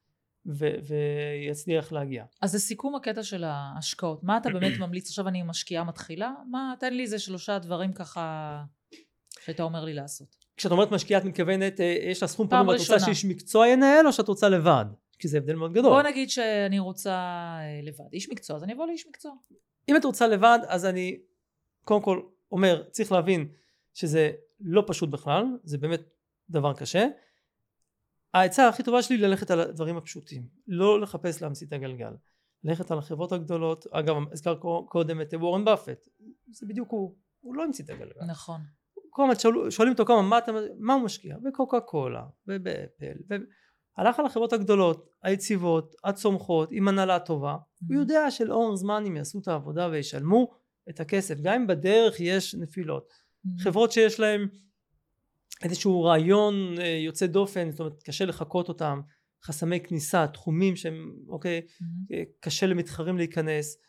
ויצליח להגיע. אז לסיכום הקטע של ההשקעות, מה אתה באמת ממליץ? עכשיו אני משקיעה מתחילה, תן לי איזה 3 דברים ככה שאתה אומר לי לעשות. כשאת אומרת משקיעה את מתכוונת, יש לה סכום פנוי, ואת רוצה שאיש מקצוע ינהל או שאת רוצה לבד? כי זה הבדל מאוד גדול. בוא נגיד שאני רוצה לבד, איש מקצוע, אז אני אבוא לאיש מקצוע. אם את רוצה לבד, אז אני קודם כל אומר, צריך להבין שזה לא פשוט בכלל, זה באמת דבר קשה. העצה הכי טובה שלי ללכת על הדברים הפשוטים, לא לחפש להמציא את הגלגל, ללכת על החברות הגדולות. אגב, הזכר קודם את וורן באפט, זה בדיוק הוא לא המציא את הגלגל. נכון. כל הזמן שואלים אותו כמה, מה הוא משקיע? בקוקה קולה, ובאפל, הלך על החברות הגדולות, היציבות, הצומחות, עם הנהלה טובה, הוא יודע שלאורך זמן הם יעשו את העבודה וישלמו את הכסף, גם אם בדרך יש נפילות. חברות שיש להם איזשהו רעיון יוצא דופן, זאת אומרת קשה לחכות אותם, חסמי כניסה, תחומים שהם אוקיי, קשה למתחרים להיכנס,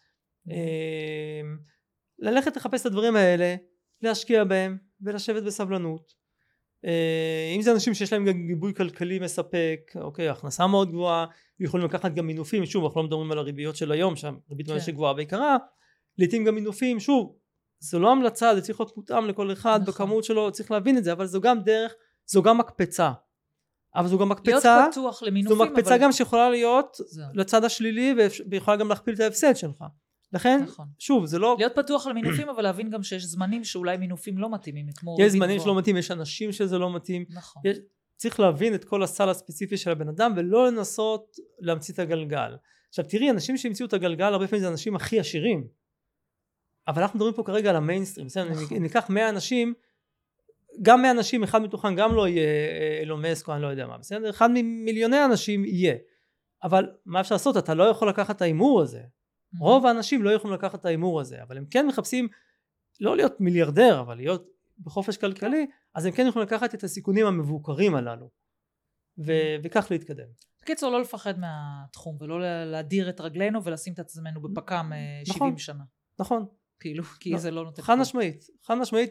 ללכת לחפש את הדברים האלה, להשקיע בהם ולשבת בסבלנות. אם זה אנשים שיש להם גם גיבוי כלכלי מספק, אוקיי, הכנסה מאוד גבוהה, יכולים לקחת גם מינופים, שוב אנחנו לא מדברים על הריביות של היום, שהריבית במשק גבוהה בעיקרה, לעתים גם מינופים, שוב זו לא המלצה, זה צריך להיות מותאם לכל אחד בכמות שלו, צריך להבין את זה, אבל זו גם דרך, זו גם מקפצה, אבל זו גם מקפצה, להיות פתוח למינופים, זו מקפצה אבל... גם שיכולה להיות לצד השלילי, ויכולה גם להכפיל את ההפסד שלך. לכן, שוב, זה לא... להיות פתוח למינופים, אבל להבין גם שיש זמנים שאולי מינופים לא מתאימים. יש זמנים שלא מתאים, יש אנשים שזה לא מתאים. נכון. צריך להבין את כל הסל הספציפי של הבן אדם, ולא לנסות להמציא את הגלגל. עכשיו תראי, אנשים שהמציאו את הגלגל, הרבה פעמים זה אנשים הכי עשירים. אבל אנחנו מדברים פה כרגע על המיינסטרים. אם ניקח 100 אנשים, גם 100 אנשים, אחד מתוכן גם לא יהיה אילון מאסק, אני לא יודע מה, בסדר? אחד ממיליוני אנשים יהיה. אבל מה אפשר לעשות? אתה לא יכול לקחת את האימור הזה. רוב האנשים לא יכולים לקחת את האימור הזה, אבל הם כן מחפשים לא להיות מיליארדר, אבל להיות בחופש כלכלי, אז הם כן יכולים לקחת את הסיכונים המבוקרים הללו, וכך להתקדם. בקיצור, לא לפחד מהתחום, ולא להדיר את רגלינו ולשים את עצמנו בפקם 70 שנה. נכון. כאילו, כי זה לא נותן. חד משמעית,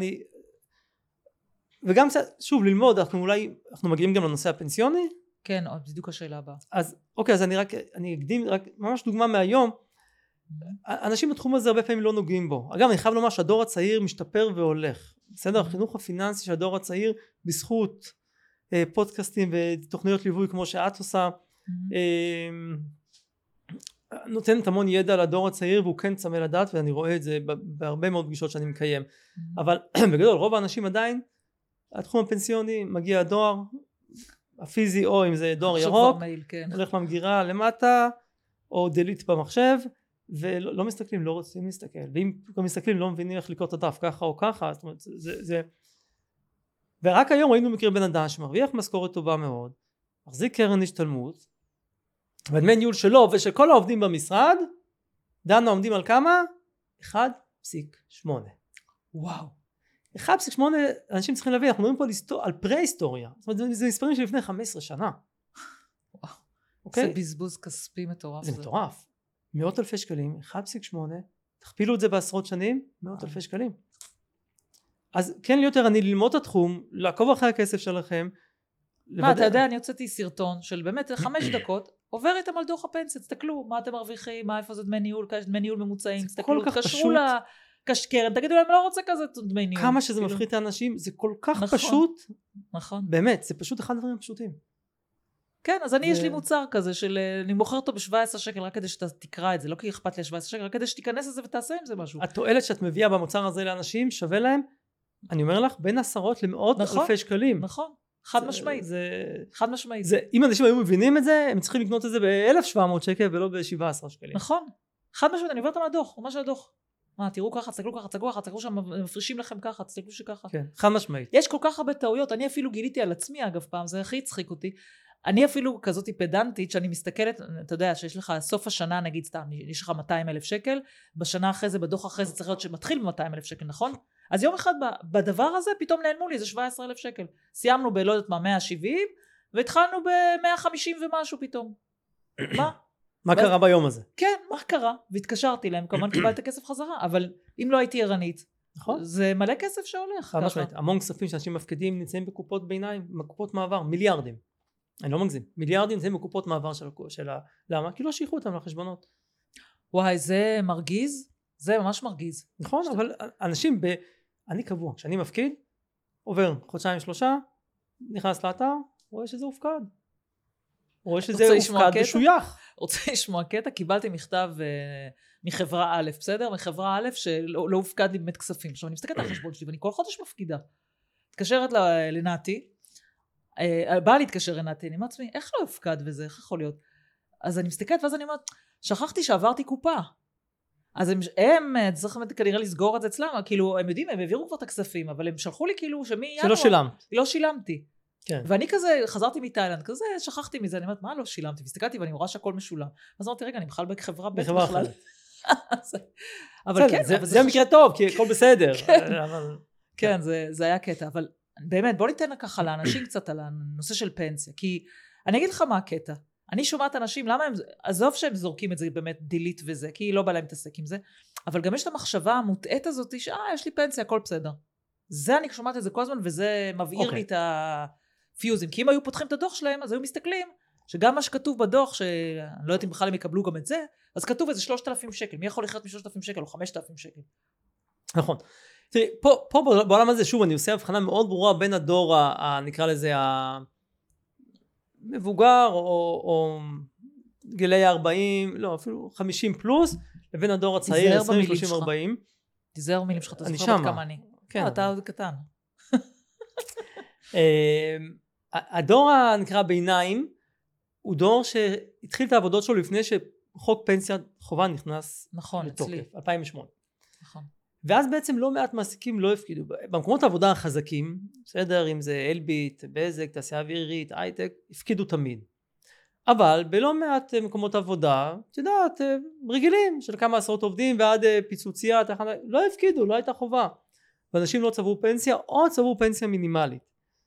וגם שוב ללמוד, אנחנו מגיעים גם לנושא הפנסיוני. כן, בדיוק השאלה הבאה. אז אוקיי, אז אני אקדים רק ממש דוגמה מהיום. אנשים בתחום הזה הרבה פעמים לא נוגעים בו. אגב, אני חייב לומר שהדור הצעיר משתפר והולך. בסדר? החינוך הפיננסי של הדור הצעיר, בזכות פודקאסטים ותוכניות ליווי כמו שאת עושה, נותנת המון ידע לדור הצעיר, והוא כן צמא לדעת, ואני רואה את זה בהרבה מאוד פגישות שאני מקיים. אבל בגדול, רוב האנשים עדיין, התחום הפנסיוני, מגיע הדואר הפיזי, או אם זה דואר ירוק, הולך למגירה למטה, או דליט במחשב, ולא מסתכלים, לא רוצים להסתכל, ואם גם מסתכלים לא מבינים איך לקרוא את הדף ככה או ככה. זאת אומרת, זה ורק היום ראינו מקרה בן אדם שמרוויח משכורת טובה מאוד, מחזיק קרן השתלמות, ודמי ניהול שלו ושל כל העובדים במשרד, דנו עומדים על כמה? 1.8. וואו. 1.8, אנשים צריכים להביא, אנחנו מדברים פה על פרה-היסטוריה, זאת אומרת, זה מספרים שלפני 15 שנה. וואו. אוקיי? זה בזבוז כספי מטורף. זה מטורף. מאות אלפי שקלים, 1.8, תכפילו את זה בעשרות שנים, מאות אלפי שקלים. אז כן להיות ערני, ללמוד את התחום, לעקוב אחרי הכסף שלכם. מה, אתה יודע, אני הוצאתי סרטון של באמת 5 דקות, עובר איתם על דוח הפנסיה, תסתכלו, מה אתם מרוויחים, מה איפה זה דמי ניהול, דמי ניהול ממוצעים, תסתכלו, תקשרו לקרן, תגידו להם, לא רוצה כזה דמי ניהול. כמה שזה מפחיד את האנשים, זה כל כך פשוט. נכון. באמת, זה פשוט אחד הדברים פשוטים. כן, אז יש לי מוצר כזה של, אני מוכר אותו ב-17 שקל רק כדי שאתה תקרא את זה, לא כי אכפת לי 17 שקל, רק כדי שתיכנס לזה ותעשה עם זה משהו. התועלת שאת מביאה במוצר הזה לאנשים שווה להם, אני אומר לך, בין עשרות למאות אלפי שקלים. נכון, חד משמעית. חד משמעית. אם אנשים היו מבינים את זה, הם צריכים לקנות את זה ב-1,700 שקל ולא ב-17 שקלים. נכון, חד משמעית, אני עוברת מהדוח, ממש הדוח. מה, תראו ככה, תסתכלו ככה, תסתכלו שם, מפרישים לכם ככה, תסתכלו שככה. כן, חד משמעית. יש כל כך הרבה טעויות, אני אפילו גיליתי על עצמי, אגב, פעם, זה הכי הצחיק אותי. אני אפילו כזאת פדנטית שאני מסתכלת, אתה יודע שיש לך סוף השנה נגיד סתם, יש לך 200,000 שקל, בשנה אחרי זה, בדוח אחרי זה צריך להיות שמתחיל ב-200,000 שקל, נכון? אז יום אחד בדבר הזה פתאום נעלמו לי איזה 17,000 שקל. סיימנו בלא יודעת מה 170, והתחלנו ב-150 ומשהו פתאום. מה? מה קרה ביום הזה? כן, מה קרה? והתקשרתי להם, כמובן קיבלתי את הכסף חזרה, אבל אם לא הייתי ערנית, זה מלא כסף שהולך. המון כספים שאנשים מפקידים נמצאים בקופות ביניים, בקופות מעבר, מיליארדים. אני לא מגזים, מיליארדים זה מקופות מעבר של למה? כי לא שייכו אותם לחשבונות. וואי, זה מרגיז, זה ממש מרגיז. נכון, אבל אנשים, אני קבוע, כשאני מפקיד, עובר 2-3, נכנס לאתר, רואה שזה הופקד. רואה שזה הופקד ושוייך. רוצה לשמוע קטע? קיבלתי מכתב מחברה א', בסדר? מחברה א' שלא הופקד לי באמת כספים. עכשיו אני מסתכלת על החשבון שלי ואני כל חודש מפקידה. התקשרת לנתי, באה להתקשר לנתי, אני אומרת לעצמי, איך לא הופקד וזה, איך יכול להיות? אז אני מסתכלת ואז אני אומרת, שכחתי שעברתי קופה. אז הם צריכים כנראה לסגור את זה אצלם, כאילו הם יודעים, הם העבירו כבר את הכספים, אבל הם שלחו לי כאילו שלא שילמת. לא שילמתי. כן. ואני כזה חזרתי מתאילנד, כזה שכחתי מזה, אני אומרת, מה לא שילמתי? והסתכלתי ואני רואה שהכל משולם. אז אמרתי, רגע, אני בכלל בחברה ב' בכלל. אבל כן, זה מקרה טוב, כי הכל בסדר. כן, זה היה קטע, אבל באמת, בוא ניתן ככה לאנשים קצת על הנושא של פנסיה, כי אני אגיד לך מה הקטע. אני שומעת אנשים, למה הם, עזוב שהם זורקים את זה באמת דילית וזה, כי לא בא להם להתעסק עם זה, אבל גם יש את המחשבה המוטעת הזאת, יש לי פנסיה, הכל בסדר. זה אני שומעת את זה כל הזמן, וזה מבהיר לי את הפיוזים, כי אם היו פותחים את הדוח שלהם, אז היו מסתכלים, שגם מה שכתוב בדוח, שאני לא יודעת אם בכלל הם יקבלו גם את זה, אז כתוב איזה 3,000 שקל, מי יכול לחיות מ-3,000 שקל או 5,000 שקל? נכון. תראי, פה בעולם הזה, שוב, אני עושה הבחנה מאוד ברורה בין הדור, נקרא לזה, מבוגר או גילי 40, לא, אפילו 50 פלוס, לבין הדור הצעיר, 20, 30, 40. תיזהר במילים שלך, אתה זוכר בת כמה אני. כן. אתה עוד קטן. הדור נקרא ביניים, הוא דור שהתחיל את העבודות שלו לפני שחוק פנסיה חובה נכנס לתוקף, 2008. נכון. ואז בעצם לא מעט מעסיקים לא הפקידו, במקומות העבודה החזקים, בסדר, אם זה אלביט, בזק, תעשייה אווירית, הייטק, הפקידו תמיד. אבל בלא מעט מקומות עבודה, את יודעת, רגילים של כמה עשרות עובדים ועד פיצוצייה, לא הפקידו, לא הייתה חובה. ואנשים לא צברו פנסיה או צברו פנסיה מינימלית.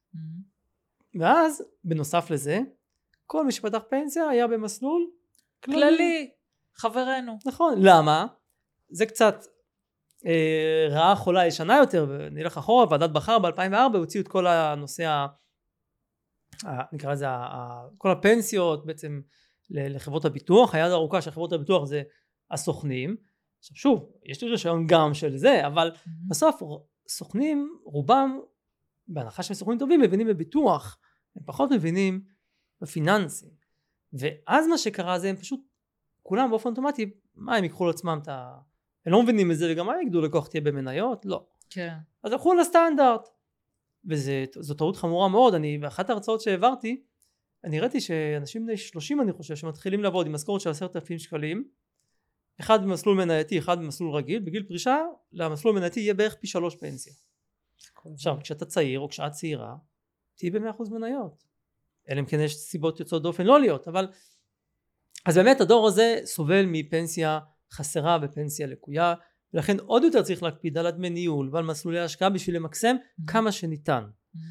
ואז, בנוסף לזה, כל מי שפתח פנסיה היה במסלול כללי, חברנו. נכון, למה? זה קצת רעה חולה ישנה יותר, ונלך אחורה, ועדת בחר ב-2004 הוציאו את כל הנושא, נקרא לזה, כל הפנסיות בעצם לחברות הביטוח. היד הארוכה של חברות הביטוח זה הסוכנים, עכשיו שוב, יש לי רישיון גם של זה, אבל בסוף סוכנים, רובם, בהנחה שהם סוכנים טובים, מבינים בביטוח, הם פחות מבינים בפיננסים. ואז מה שקרה זה, הם פשוט, כולם באופן אוטומטי, מה הם יקחו לעצמם הם לא מבינים את זה, וגם מה יגדו לקוח תהיה במניות? לא. כן. אז הלכו לסטנדרט. וזו טעות חמורה מאוד. באחת ההרצאות שהעברתי, אני ראיתי שאנשים בני 30 אני חושב, שמתחילים לעבוד עם משכורת של 10,000 שקלים, אחד במסלול מנייתי, אחד במסלול רגיל, בגיל פרישה, למסלול מנייתי יהיה בערך פי 3 פנסיה. עכשיו, כשאתה צעיר או כשאת צעירה, תהיה ב100% מניות. אלא אם כן יש סיבות יוצאות דופן לא להיות, אבל... אז באמת הדור הזה סובל מפנסיה חסרה ופנסיה לקויה, ולכן עוד יותר צריך להקפיד על דמי ניהול ועל מסלולי השקעה בשביל למקסם כמה שניתן.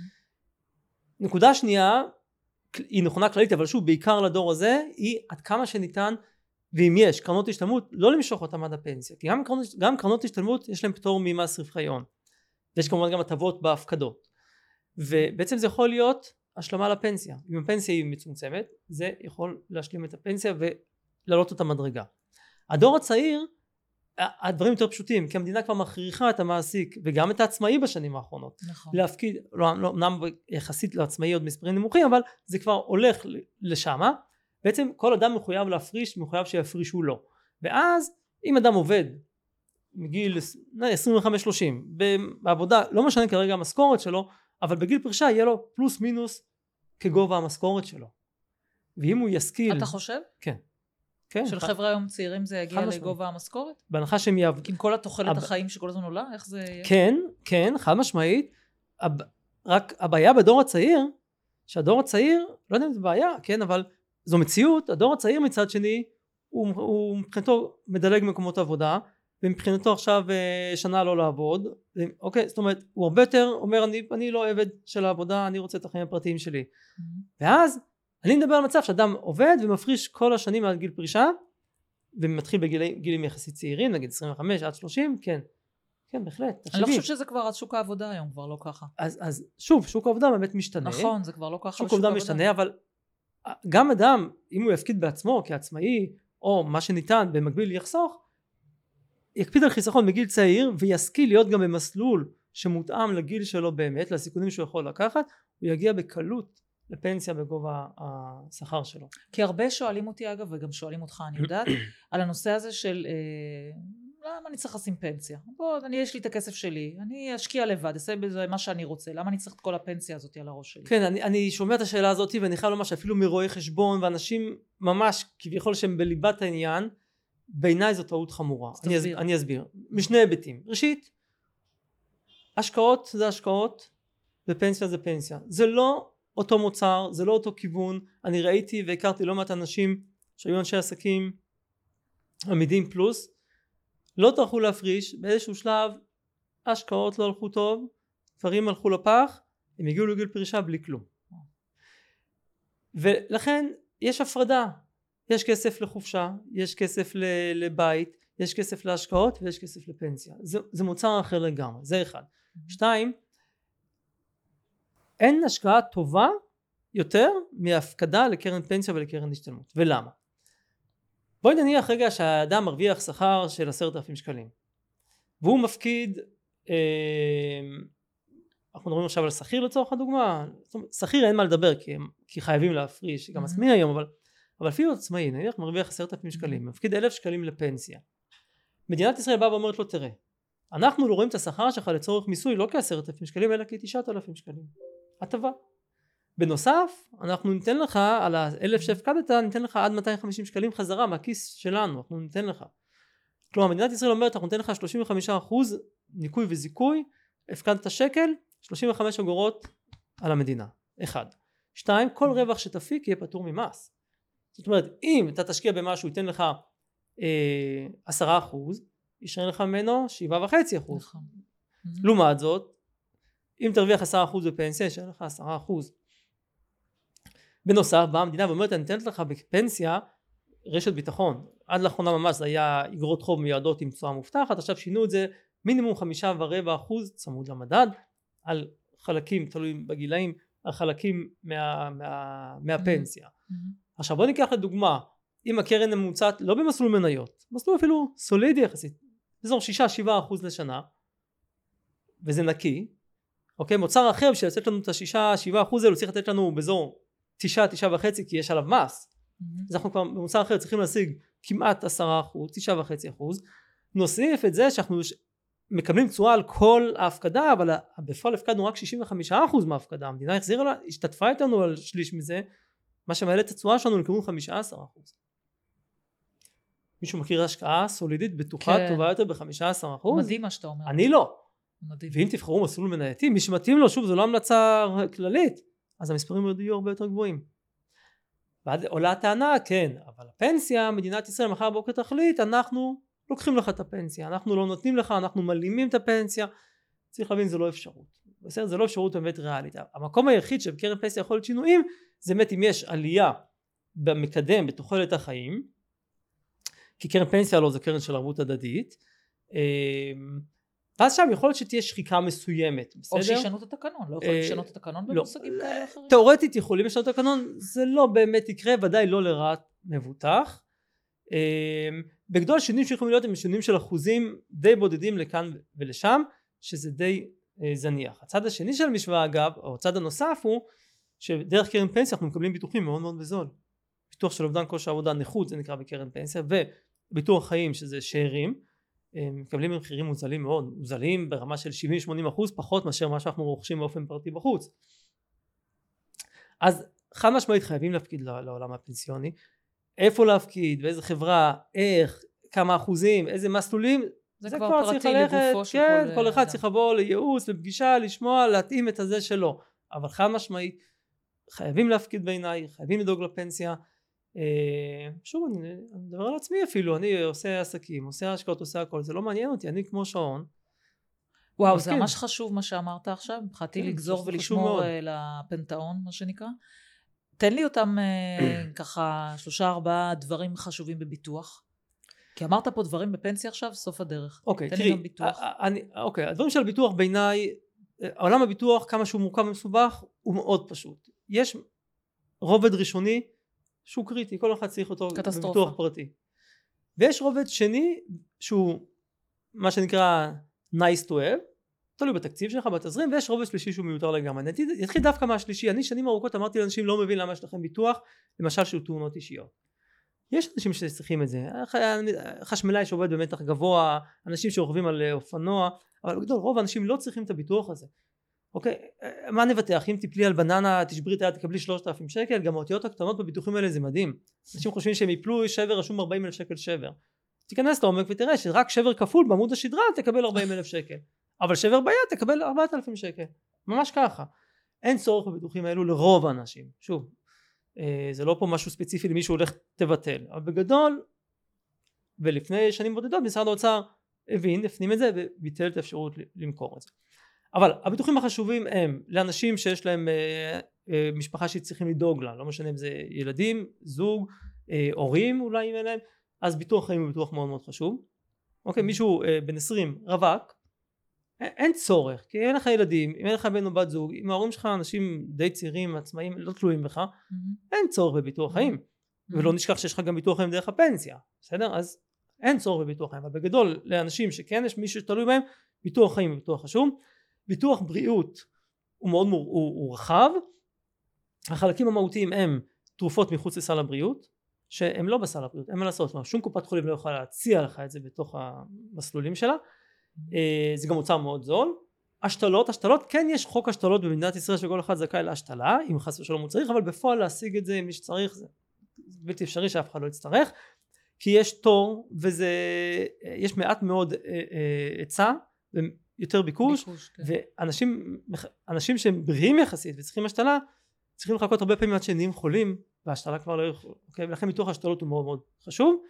נקודה שנייה, היא נכונה כללית, אבל שוב, בעיקר לדור הזה, היא עד כמה שניתן, ואם יש קרנות השתלמות, לא למשוך אותם עד הפנסיה, כי גם קרנות השתלמות יש להם פטור ממס רווחי הון, ויש כמובן גם הטבות בהפקדות, ובעצם זה יכול להיות השלמה לפנסיה. אם הפנסיה היא מצומצמת, זה יכול להשלים את הפנסיה ולהעלות אותה מדרגה. הדור הצעיר, הדברים יותר פשוטים, כי המדינה כבר מכריחה את המעסיק וגם את העצמאי בשנים האחרונות. נכון. להפקיד, לא, אמנם יחסית לעצמאי עוד מספרים נמוכים, אבל זה כבר הולך לשמה. בעצם כל אדם מחויב להפריש, מחויב שיפרישו לו. ואז אם אדם עובד מגיל 25-30 בעבודה, לא משנה כרגע המשכורת שלו, אבל בגיל פרישה יהיה לו פלוס מינוס כגובה המשכורת שלו. ואם הוא ישכיל... אתה חושב? כן. כן, של חבר'ה היום צעירים זה יגיע לגובה המשכורת? בהנחה שהם יעבדו. עם כל התוחלת החיים שכל הזמן עולה? איך זה יהיה? כן, כן, חד משמעית. רק הבעיה בדור הצעיר, שהדור הצעיר, לא יודע אם זה בעיה, כן, אבל זו מציאות, הדור הצעיר מצד שני, הוא מבחינתו מדלג מקומות עבודה, ומבחינתו עכשיו שנה לא לעבוד, אוקיי, זאת אומרת, הוא הרבה יותר אומר, אני לא עבד של העבודה, אני רוצה את החיים הפרטיים שלי. ואז, אני מדבר על מצב שאדם עובד ומפריש כל השנים עד גיל פרישה, ומתחיל בגילים יחסית צעירים, נגיד 25 עד 30, כן. כן, בהחלט. אני לא חושב שזה כבר על שוק העבודה היום, כבר לא ככה. אז שוב, שוק העבודה באמת משתנה. נכון, זה כבר לא ככה. שוק העבודה משתנה, אבל גם אדם, אם הוא יפקיד בעצמו כעצמאי, או מה שניתן במקביל יחסוך, יקפיד על חיסכון מגיל צעיר, וישכיל להיות גם במסלול שמותאם לגיל שלו באמת, לסיכונים שהוא יכול לקחת, הוא יגיע בקלות לפנסיה בגובה השכר שלו. כי הרבה שואלים אותי אגב, וגם שואלים אותך, אני יודעת, על הנושא הזה של למה אני צריך לשים פנסיה? בוא, יש לי את הכסף שלי, אני אשקיע לבד, אעשה בזה מה שאני רוצה, למה אני צריך את כל הפנסיה הזאת על הראש שלי? כן, אני שומע את השאלה הזאת, ואני חייב לומר שאפילו מרואי חשבון, ואנשים ממש כביכול שהם בליבת העניין, בעיניי זו טעות חמורה. אני אסביר. משני היבטים. ראשית, השקעות זה השקעות, ופנסיה זה פנסיה. זה לא אותו מוצר, זה לא אותו כיוון. אני ראיתי והכרתי לא מעט אנשים שהיו אנשי עסקים עמידים פלוס, לא טרחו להפריש, באיזשהו שלב השקעות לא הלכו טוב, דברים הלכו לפח, הם הגיעו לגיל פרישה בלי כלום. ולכן יש הפרדה. יש כסף לחופשה, יש כסף לבית, יש כסף להשקעות ויש כסף לפנסיה. זה מוצר אחר לגמרי, זה אחד. שתיים, אין השקעה טובה יותר מהפקדה לקרן פנסיה ולקרן השתלמות. ולמה? בואי נניח רגע שהאדם מרוויח שכר של 10,000 שקלים. והוא מפקיד, אנחנו מדברים עכשיו על שכיר לצורך הדוגמה, שכיר אין מה לדבר כי חייבים להפריש, גם עצמי היום, אבל אפילו עצמאי, נניח מרוויח 10,000 שקלים, מפקיד 1,000 שקלים לפנסיה. מדינת ישראל באה ואומרת לו, תראה, אנחנו לא רואים את השכר שלך לצורך מיסוי לא כ10,000 שקלים, אלא כ9,000 שקלים. הטבה. בנוסף, אנחנו ניתן לך, על ה1,000 שהפקדת, ניתן לך עד 250 שקלים חזרה מהכיס שלנו, אנחנו ניתן לך. כלומר, מדינת ישראל אומרת, אנחנו ניתן לך 35% ניקוי וזיכוי, הפקדת שקל, 35 אגורות על המדינה. 1. 2. כל רווח שתפיק יהיה פטור ממס. זאת אומרת, אם אתה תשקיע במשהו, ייתן לך 10%, ישאר לך ממנו 7.5%. נכון. לעומת זאת, אם תרוויח 10% בפנסיה, ישאר לך 10%. בנוסף, באה המדינה ואומרת, אני נותנת לך בפנסיה רשת ביטחון. עד לאחרונה ממש זה היה אגרות חוב מיועדות עם תשואה מובטחת, עכשיו שינו את זה מינימום 5.25% צמוד למדד, על חלקים, תלוי בגילאים, על חלקים מהפנסיה. עכשיו בוא ניקח לדוגמה, אם הקרן הממוצעת לא במסלול מניות, מסלול אפילו סולידי יחסית, באזור 6-7% לשנה, וזה נקי, אוקיי, מוצר אחר בשביל לתת לנו את ה6-7% האלו צריך לתת לנו באזור 9-9.5 כי יש עליו מס, אז אנחנו כבר במוצר אחר צריכים להשיג כמעט 10%, 9.5%, נוסיף את זה שאנחנו מקבלים תשואה על כל ההפקדה, אבל בפועל הפקדנו רק 65% מההפקדה, המדינה החזירה לה, השתתפה איתנו על שליש מזה, מה שמעלה את התשואה שלנו לכיוון 15%. מישהו מכיר השקעה סולידית בטוחה טובה יותר ב15%? מדהים מה שאתה אומר. אני לא. מדהים. ואם תבחרו מסלול מנייתי, מי שמתאים לו, שוב זו לא המלצה כללית, אז המספרים יהיו הרבה יותר גבוהים. ועד עולה הטענה, כן, אבל הפנסיה, מדינת ישראל מחר בוקר תחליט, אנחנו לוקחים לך את הפנסיה, אנחנו לא נותנים לך, אנחנו מלימים את הפנסיה, צריך להבין זה לא אפשרות. בסדר, זה לא אפשרות באמת ריאלית. המקום היחיד שבקרן פנסיה יכול להיות שינויים, זה באמת אם יש עלייה במקדם בתוחלת החיים, כי קרן פנסיה לא זה קרן של ערבות הדדית, ואז שם יכול להיות שתהיה שחיקה מסוימת, בסדר? או שישנו את התקנון, לא יכולים לשנות את התקנון במושגים כאלה אחרים? תיאורטית יכולים לשנות את התקנון, זה לא באמת יקרה, ודאי לא לרעת מבוטח. בגדול שינויים שיכולים להיות הם שינויים של אחוזים די בודדים לכאן ולשם, שזה די זניח. הצד השני של המשוואה אגב, או הצד הנוסף הוא, שדרך קרן פנסיה אנחנו מקבלים ביטוחים מאוד מאוד בזול. ביטוח של אובדן כושר עבודה, נכות זה נקרא בקרן פנסיה, וביטוח חיים שזה שאירים, מקבלים מחירים מוזלים מאוד, מוזלים ברמה של 70-80% פחות מאשר מה שאנחנו רוכשים באופן פרטי בחוץ. אז חד משמעית חייבים להפקיד לעולם הפנסיוני, איפה להפקיד, באיזה חברה, איך, כמה אחוזים, איזה מסלולים, זה כבר פרטי לגופו של כן, כל אחד צריך לבוא לייעוץ, לפגישה, לשמוע, להתאים את הזה שלו, אבל חד משמעית חייבים להפקיד בעיניי, חייבים לדאוג לפנסיה. שוב אני מדבר על עצמי אפילו, אני עושה עסקים, עושה השקעות, עושה הכל, זה לא מעניין אותי, אני כמו שעון. וואו, זה ממש חשוב מה שאמרת עכשיו, התחלתי לגזור ולשמור לפנתאון מה שנקרא. תן לי אותם ככה 3-4 דברים חשובים בביטוח, כי אמרת פה דברים בפנסיה עכשיו, סוף הדרך. אוקיי, תן לי גם ביטוח. אוקיי, הדברים של הביטוח בעיניי, עולם הביטוח כמה שהוא מורכב ומסובך הוא מאוד פשוט. יש רובד ראשוני שהוא קריטי, כל אחד צריך אותו בביטוח פרטי. ויש רובד שני שהוא מה שנקרא nice to have, תלוי בתקציב שלך, בתזרים, ויש רובד שלישי שהוא מיותר לגמרי. אני אתחיל דווקא מהשלישי, אני שנים ארוכות אמרתי לאנשים לא מבין למה יש לכם ביטוח, למשל של תאונות אישיות. יש אנשים שצריכים את זה, חשמלאי שעובד במתח גבוה, אנשים שרוכבים על אופנוע, אבל בגדול רוב האנשים לא צריכים את הביטוח הזה. אוקיי, מה נבטח? אם תפלי על בננה, תשברי את היד, תקבלי 3,000 שקל, גם האותיות הקטנות בביטוחים האלה זה מדהים. אנשים חושבים שהם יפלו שבר רשום 40,000 שקל שבר. תיכנס לעומק ותראה שרק שבר כפול בעמוד השדרה תקבל 40,000 שקל. אבל שבר ביד תקבל 4,000 שקל. ממש ככה. אין צורך בביטוחים האלו לרוב האנשים. שוב, זה לא פה משהו ספציפי למישהו הולך תבטל. אבל בגדול, ולפני שנים בודדות, משרד האוצר הפנים את זה וביטל את האפשרות למכור את זה. אבל הביטוחים החשובים הם לאנשים שיש להם משפחה שצריכים לדאוג לה, לא משנה אם זה ילדים, זוג, הורים אולי אם אין להם, אז ביטוח חיים הוא ביטוח מאוד מאוד חשוב. אוקיי, מישהו בן 20 רווק, אין צורך, כי אין לך ילדים, אם אין לך בן או בת זוג, אם ההורים שלך אנשים די צעירים, עצמאים, לא תלויים בך, אין צורך בביטוח חיים, ולא נשכח שיש לך גם ביטוח חיים דרך הפנסיה, בסדר? אז אין צורך בביטוח חיים, אבל בגדול לאנשים שכן יש מישהו שתלוי בהם, ביטוח חיים הוא ביטוח חשוב. ביטוח בריאות הוא מאוד הוא רחב, החלקים המהותיים הם תרופות מחוץ לסל הבריאות, שהם לא בסל הבריאות, אין מה לעשות, שום קופת חולים לא יכולה להציע לך את זה בתוך המסלולים שלה, זה גם מוצר מאוד זול. השתלות כן יש חוק השתלות במדינת ישראל שכל אחד זכאי להשתלה, אם חס ושלום הוא צריך, אבל בפועל להשיג את זה מי שצריך זה בלתי אפשרי שאף אחד לא יצטרך, כי יש תור יש מעט מאוד היצע ויותר ביקוש, כן. ואנשים שהם בריאים יחסית וצריכים השתלה צריכים לחכות הרבה פעמים עד שנהיים חולים וההשתלה כבר לא יכול, אוקיי? ולכן ביטוח השתלות הוא מאוד מאוד חשוב.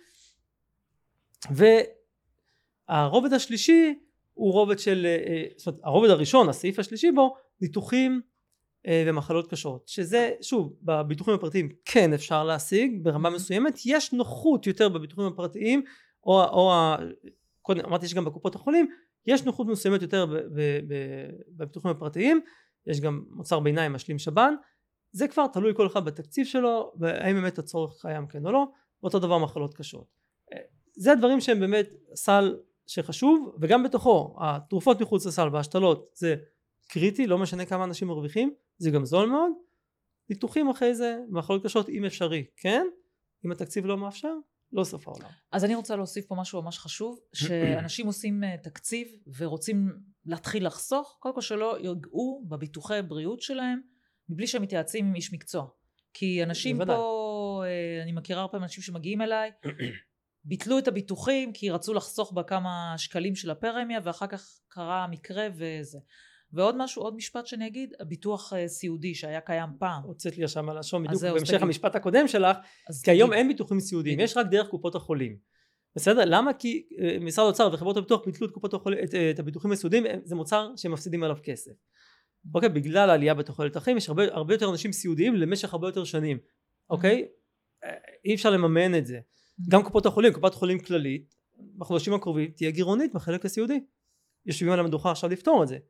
והרובד השלישי הוא רובד של, זאת אומרת הרובד הראשון, הסעיף השלישי בו, ניתוחים ומחלות קשות, שזה שוב בביטוחים הפרטיים כן אפשר להשיג ברמה מסוימת, יש נוחות יותר בביטוחים הפרטיים קודם אמרתי שגם בקופות החולים יש נוחות מסוימת יותר בביטוחים הפרטיים, יש גם מוצר ביניים משלים שב"ן, זה כבר תלוי כל אחד בתקציב שלו והאם באמת הצורך קיים כן או לא. ואותו דבר מחלות קשות. זה הדברים שהם באמת סל שחשוב, וגם בתוכו התרופות מחוץ לסל וההשתלות זה קריטי, לא משנה כמה אנשים מרוויחים, זה גם זול מאוד. ניתוחים אחרי זה, מחלות קשות אם אפשרי, כן? אם התקציב לא מאפשר, לא סוף העולם. אז אני רוצה להוסיף פה משהו ממש חשוב, שאנשים עושים תקציב ורוצים להתחיל לחסוך, קודם כל שלא יגעו בביטוחי בריאות שלהם, מבלי שהם מתייעצים עם איש מקצוע. כי אנשים פה, אני מכירה הרבה אנשים שמגיעים אליי, ביטלו את הביטוחים כי רצו לחסוך בכמה שקלים של הפרמיה, ואחר כך קרה המקרה וזה. ועוד משהו, עוד משפט שאני אגיד, הביטוח סיעודי שהיה קיים פעם. הוצאת לי עכשיו על השום בדיוק בהמשך המשפט הקודם שלך, כי היום אין ביטוחים סיעודיים, יש רק דרך קופות החולים. בסדר? למה? כי משרד האוצר וחברות הביטוח ביטלו את הביטוחים הסיעודיים, זה מוצר שהם מפסידים עליו כסף. אוקיי? בגלל העלייה בתוחלת החיים, יש הרבה יותר אנשים סיעודיים למשך הרבה יותר שנים. אוקיי? אי אפשר לממן את זה. גם קופות החולים, קופת חולים כללית, בחודשים הקרובים תהיה גירעונית בחלק הסיעודי. יושבים על המדוכה עכשיו לפתור את זה.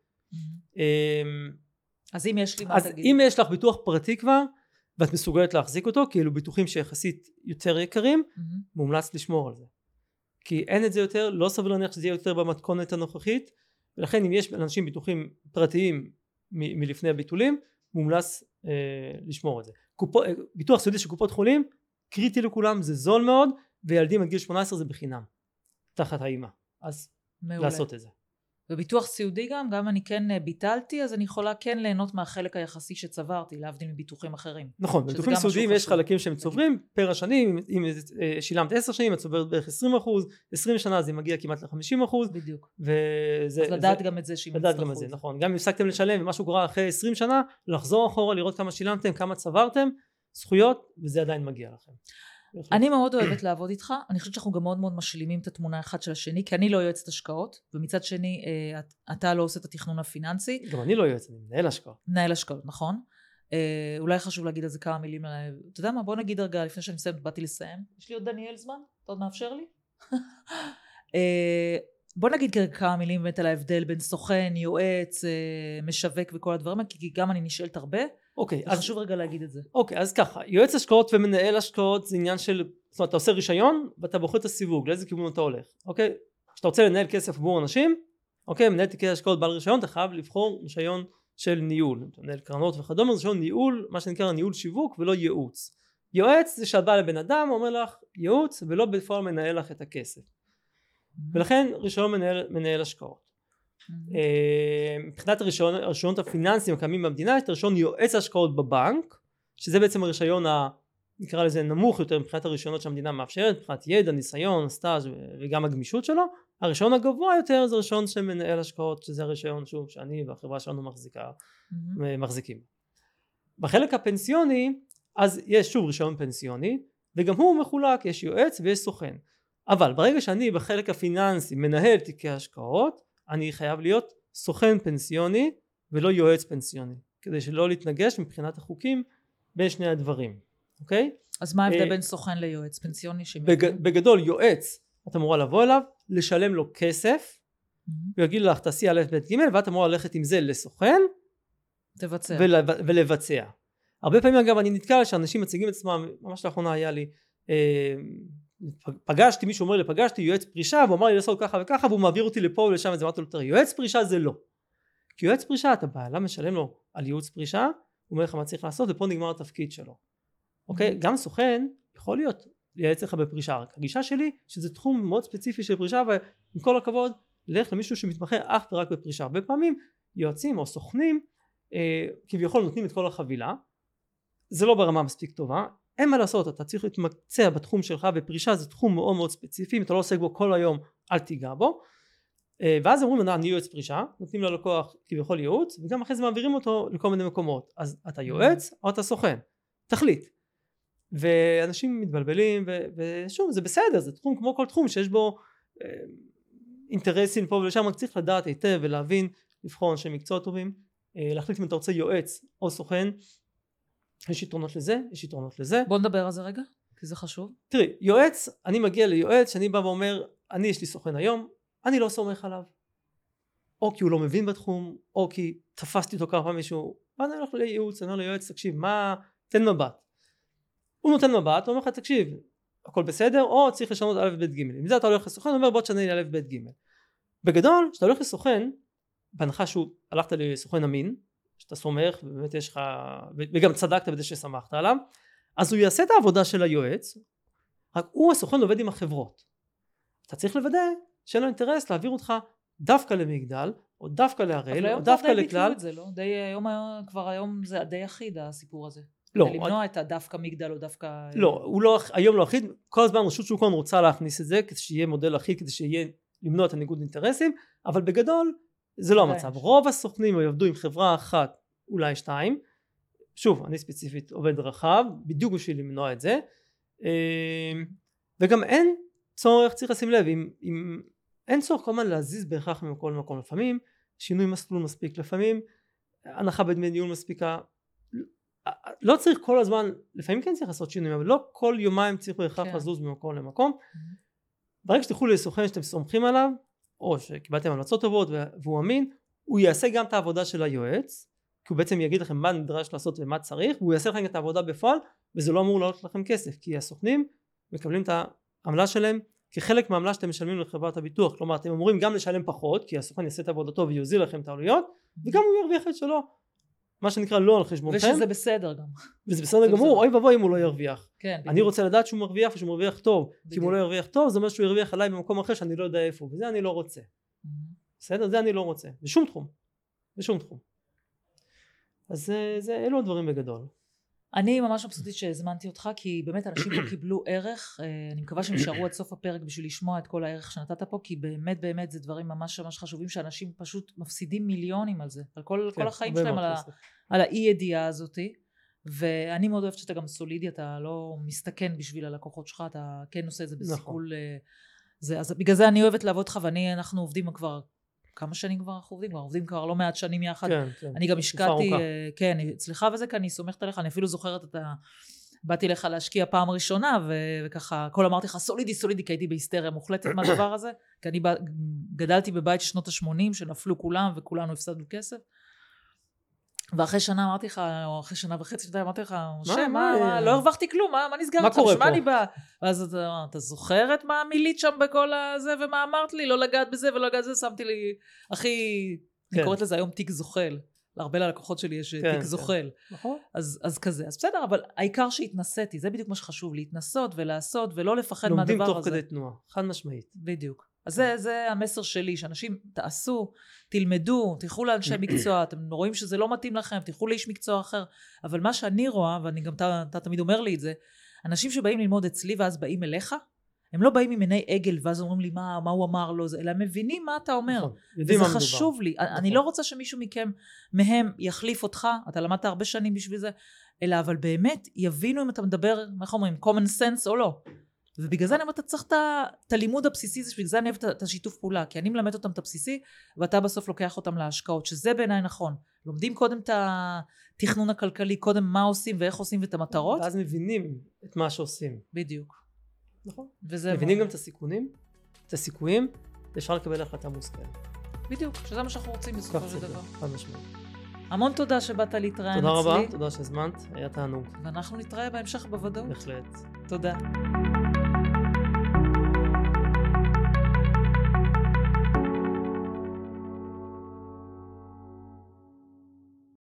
אז אם יש לי מה תגיד? אם יש לך ביטוח פרטי כבר ואת מסוגלת להחזיק אותו, כי אלו ביטוחים שיחסית יותר יקרים, מומלץ לשמור על זה, כי אין את זה יותר, לא סביר להניח שזה יהיה יותר במתכונת הנוכחית, ולכן אם יש אנשים ביטוחים פרטיים מלפני הביטולים, מומלץ לשמור את זה. ביטוח סיעודי של קופות חולים קריטי לכולם, זה זול מאוד, וילדים עד גיל 18 זה בחינם תחת האימא, אז מעולה. לעשות את זה. וביטוח סיעודי גם אני כן ביטלתי, אז אני יכולה כן ליהנות מהחלק היחסי שצברתי, להבדיל מביטוחים אחרים. נכון, בביטוחים סיעודיים יש חלקים שהם צוברים פר השנים, אם שילמת 10 שנים, את צוברת בערך 20%, 20 שנה זה מגיע כמעט ל-50%. בדיוק. אז לדעת גם את זה שאם לדעת גם את זה, נכון. גם אם הפסקתם לשלם ומשהו קורה אחרי 20 שנה, לחזור אחורה, לראות כמה שילמתם, כמה צברתם, זכויות, וזה עדיין מגיע לכם. אני מאוד אוהבת לעבוד איתך, אני חושבת שאנחנו גם מאוד מאוד משלימים את התמונה אחד של השני, כי אני לא יועצת השקעות, ומצד שני אתה לא עושה את התכנון הפיננסי. גם אני לא יועץ, אני מנהל השקעות. מנהל השקעות, נכון. אולי חשוב להגיד על זה כמה מילים, אתה יודע מה, בוא נגיד רגע לפני שאני מסיימת, באתי לסיים, יש לי עוד דניאל זמן, אתה עוד מאפשר לי? בוא נגיד כמה מילים באמת על ההבדל בין סוכן, יועץ, משווק וכל הדברים, כי גם אני נשאלת הרבה, חשוב רגע להגיד את זה. אוקיי, אז ככה, יועץ השקעות ומנהל השקעות זה עניין של, זאת אומרת, אתה עושה רישיון ואתה בוחר את הסיווג, לאיזה כיוון אתה הולך, אוקיי? כשאתה רוצה לנהל כסף עבור אנשים, אוקיי, מנהל תיקי השקעות בעל רישיון, אתה חייב לבחור רישיון של ניהול, אתה מנהל קרנות וכדומה, רישיון ניהול, מה שנקרא ניהול שיווק ולא ייעוץ. יועץ זה שאת באה לבן אדם, אומר לך ייעוץ ולא בפועל מנהל לך את הכסף. ולכן רישיון מנהל השקעות. מבחינת הרישיונות הפיננסיים הקיימים במדינה, יש את הרישיון יועץ השקעות בבנק, שזה בעצם הרישיון נקרא לזה נמוך יותר מבחינת הרישיונות שהמדינה מאפשרת, מבחינת ידע, ניסיון, סטאז' וגם הגמישות שלו. הרישיון הגבוה יותר זה הרישיון של מנהל השקעות, שזה הרישיון שוב שאני והחברה שלנו מחזיקים. בחלק הפנסיוני אז יש שוב רישיון פנסיוני, וגם הוא מחולק, יש יועץ ויש סוכן. אבל ברגע שאני בחלק הפיננסי מנהל תיקי השקעות, אני חייב להיות סוכן פנסיוני ולא יועץ פנסיוני, כדי שלא להתנגש מבחינת החוקים בין שני הדברים, אוקיי? אז מה ההבדל בין סוכן ליועץ פנסיוני? בגדול יועץ, את אמורה לבוא אליו, לשלם לו כסף, הוא יגיד לך תעשי א' ב' ג' ואת אמורה ללכת עם זה לסוכן, ולבצע. הרבה פעמים אגב אני נתקל שאנשים מציגים את עצמם, ממש לאחרונה היה לי, פגשתי, מישהו אומר לי, פגשתי יועץ פרישה, והוא אמר לי לעשות ככה וככה, והוא מעביר אותי לפה ולשם, וזה אמרתי לו יותר, יועץ פרישה זה לא. כי יועץ פרישה, אתה בעלה משלם לו על ייעוץ פרישה, הוא אומר לך מה צריך לעשות, ופה נגמר התפקיד שלו. אוקיי? גם סוכן יכול להיות לייעץ לך בפרישה, רק הגישה שלי, שזה תחום מאוד ספציפי של פרישה, ועם כל הכבוד, לך למישהו שמתמחה אך ורק בפרישה. הרבה פעמים יועצים או סוכנים, כביכול נותנים את כל החבילה, זה לא ברמה מספיק טובה, אין מה לעשות, אתה צריך להתמקצע בתחום שלך, ופרישה זה תחום מאוד מאוד ספציפי, אם אתה לא עוסק בו כל היום, אל תיגע בו, ואז אומרים, אני יועץ פרישה, נותנים ללקוח כביכול ייעוץ, וגם אחרי זה מעבירים אותו לכל מיני מקומות, אז אתה יועץ או אתה סוכן, תחליט. ואנשים מתבלבלים, ושוב, זה בסדר, זה תחום כמו כל תחום שיש בו אינטרסים פה ולשם, רק צריך לדעת היטב ולהבין, לבחון שהם מקצועות טובים, להחליט אם אתה רוצה יועץ או סוכן, יש יתרונות לזה, יש יתרונות לזה. בוא נדבר על זה רגע, כי זה חשוב. תראי, יועץ, אני מגיע ליועץ, שאני בא ואומר, אני יש לי סוכן היום, אני לא סומך עליו. או כי הוא לא מבין בתחום, או כי תפסתי אותו כמה פעם מישהו, ואני הולך לייעוץ, אני אומר ליועץ, תקשיב, מה, תן מבט. הוא נותן מבט, הוא אומר לך, תקשיב, הכל בסדר, או צריך לשנות א' ב' ג'. עם זה אתה הולך לסוכן, הוא אומר בוא תשנה לי א' ב' ג'. בגדול, כשאתה הולך לסוכן, בהנחה שהוא הלכת לסוכן אמין, שאתה סומך ובאמת יש לך, וגם צדקת בזה ששמחת עליו, אז הוא יעשה את העבודה של היועץ, רק הוא הסוכן עובד עם החברות. אתה צריך לוודא שאין לו אינטרס להעביר אותך דווקא למגדל, או דווקא להראל, או דווקא לכלל. זה לא? כבר היום זה די אחיד הסיפור הזה. לא. למנוע את הדווקא מגדל או דווקא... לא, היום לא אחיד, כל הזמן רשות שוק ההון רוצה להכניס את זה, כדי שיהיה מודל אחיד, כדי שיהיה למנוע את הניגוד אינטרסים, אבל בגדול זה לא המצב. רוב הסוכנים יעבדו עם חברה אחת, אולי שתיים, שוב, אני ספציפית עובד רחב, בדיוק בשביל למנוע את זה, וגם אין צורך, צריך לשים לב, אם אין צורך כל הזמן להזיז בהכרח מכל מקום, לפעמים שינוי מסלול מספיק, לפעמים הנחה בדמי ניהול מספיקה, לא צריך כל הזמן, לפעמים כן צריך לעשות שינויים, אבל לא כל יומיים צריך בהכרח לזוז ממקום למקום. ברגע שתלכו לסוכן שאתם סומכים עליו, או שקיבלתם המלצות טובות והוא אמין, הוא יעשה גם את העבודה של היועץ, כי הוא בעצם יגיד לכם מה נדרש לעשות ומה צריך, והוא יעשה לכם את העבודה בפועל, וזה לא אמור לעלות לכם כסף, כי הסוכנים מקבלים את העמלה שלהם כחלק מהעמלה שאתם משלמים לחברת הביטוח. כלומר, אתם אמורים גם לשלם פחות, כי הסוכן יעשה את עבודתו ויוזיל לכם את העלויות, וגם הוא ירוויח את שלו, מה שנקרא לא על חשבונכם. ושזה בסדר גם. וזה בסדר גמור, אוי ובוי אם הוא לא ירוויח. כן, אני רוצה לדעת שהוא מרוויח ושהוא מרוויח טוב, כי אם הוא לא ירוויח טוב, זה אומר שהוא ירוויח עליי במקום אחר שאני לא יודע איפה, וזה אני לא רוצה. בסדר? זה אני לא רוצה. בשום תחום. אז אלו הדברים בגדול. אני ממש מבסוטית שהזמנתי אותך, כי באמת אנשים פה קיבלו ערך. אני מקווה שהם יישארו עד סוף הפרק בשביל לשמוע את כל הערך שנתת פה, כי באמת זה דברים ממש ממש חשובים, שאנשים פשוט מפסידים מיליונים על זה, על כל החיים שלהם, על האי ידיעה הזאת. ואני מאוד אוהבת שאתה גם סולידי, אתה לא מסתכן בשביל הלקוחות שלך, אתה כן עושה את זה בסיכול. אז בגלל זה אני אוהבת לעבוד לך, ואנחנו עובדים כבר כמה שנים כבר אנחנו עובדים כבר לא מעט שנים יחד. אני גם השקעתי, כן, אצלך וזה, כי אני סומכת עליך, אני אפילו זוכרת באתי לך להשקיע פעם ראשונה, וככה, הכל אמרתי לך, סולידי, כי הייתי בהיסטריה מוחלטת מהדבר הזה, כי אני גדלתי בבית של שנות ה-80, שנפלו כולם, וכולנו הפסדנו כסף. ואחרי שנה אמרתי לך, או אחרי שנה וחצי, אמרתי לך, משה, מה, לא הרווחתי כלום, מה נסגר? מה קורה פה? ואז אתה זוכרת מה מילית שם בכל הזה, ומה אמרת לי? לא לגעת בזה ולא לגעת בזה, שמתי לי, אני קוראת לזה היום תיק זוחל, להרבה ללקוחות שלי יש תיק זוחל. אז כזה, אז בסדר, אבל העיקר שהתנסיתי, זה בדיוק מה שחשוב, להתנסות ולעשות, ולא לפחד מהדבר הזה. לומדים תוך כדי תנועה, חד משמעית. בדיוק. אז זה המסר שלי, שאנשים תעשו, תלמדו, תלכו לאנשי מקצוע, אתם רואים שזה לא מתאים לכם, תלכו לאיש מקצוע אחר, אבל מה שאני רואה, ואני גם אתה תמיד אומר לי את זה, אנשים שבאים ללמוד אצלי ואז באים אליך, הם לא באים עם עיני עגל ואז אומרים לי מה הוא אמר לו, אלא הם מבינים מה אתה אומר, וזה חשוב לי, אני לא רוצה שמישהו מהם יחליף אותך, אתה למדת הרבה שנים בשביל זה, אלא אבל באמת יבינו אם אתה מדבר, איך אומרים, common sense או לא. ובגלל זה אני אומרת, אתה צריך את הלימוד הבסיסי, בגלל זה אני אוהבת את השיתוף פעולה, כי אני מלמד אותם את הבסיסי, ואתה בסוף לוקח אותם להשקעות, שזה בעיניי נכון. לומדים קודם את התכנון הכלכלי, קודם מה עושים ואיך עושים ואת המטרות. ואז מבינים את מה שעושים. בדיוק. נכון. מבינים גם את הסיכונים, את הסיכויים, ואפשר לקבל החלטה מושכלת. בדיוק, שזה מה שאנחנו רוצים בסופו של דבר. חד משמעית. המון תודה שבאת להתראיין אצלי. תודה רבה, תודה שהזמנת, היה תענוג. ואנחנו נתראה בהמשך בוודאות. בהחלט. תודה.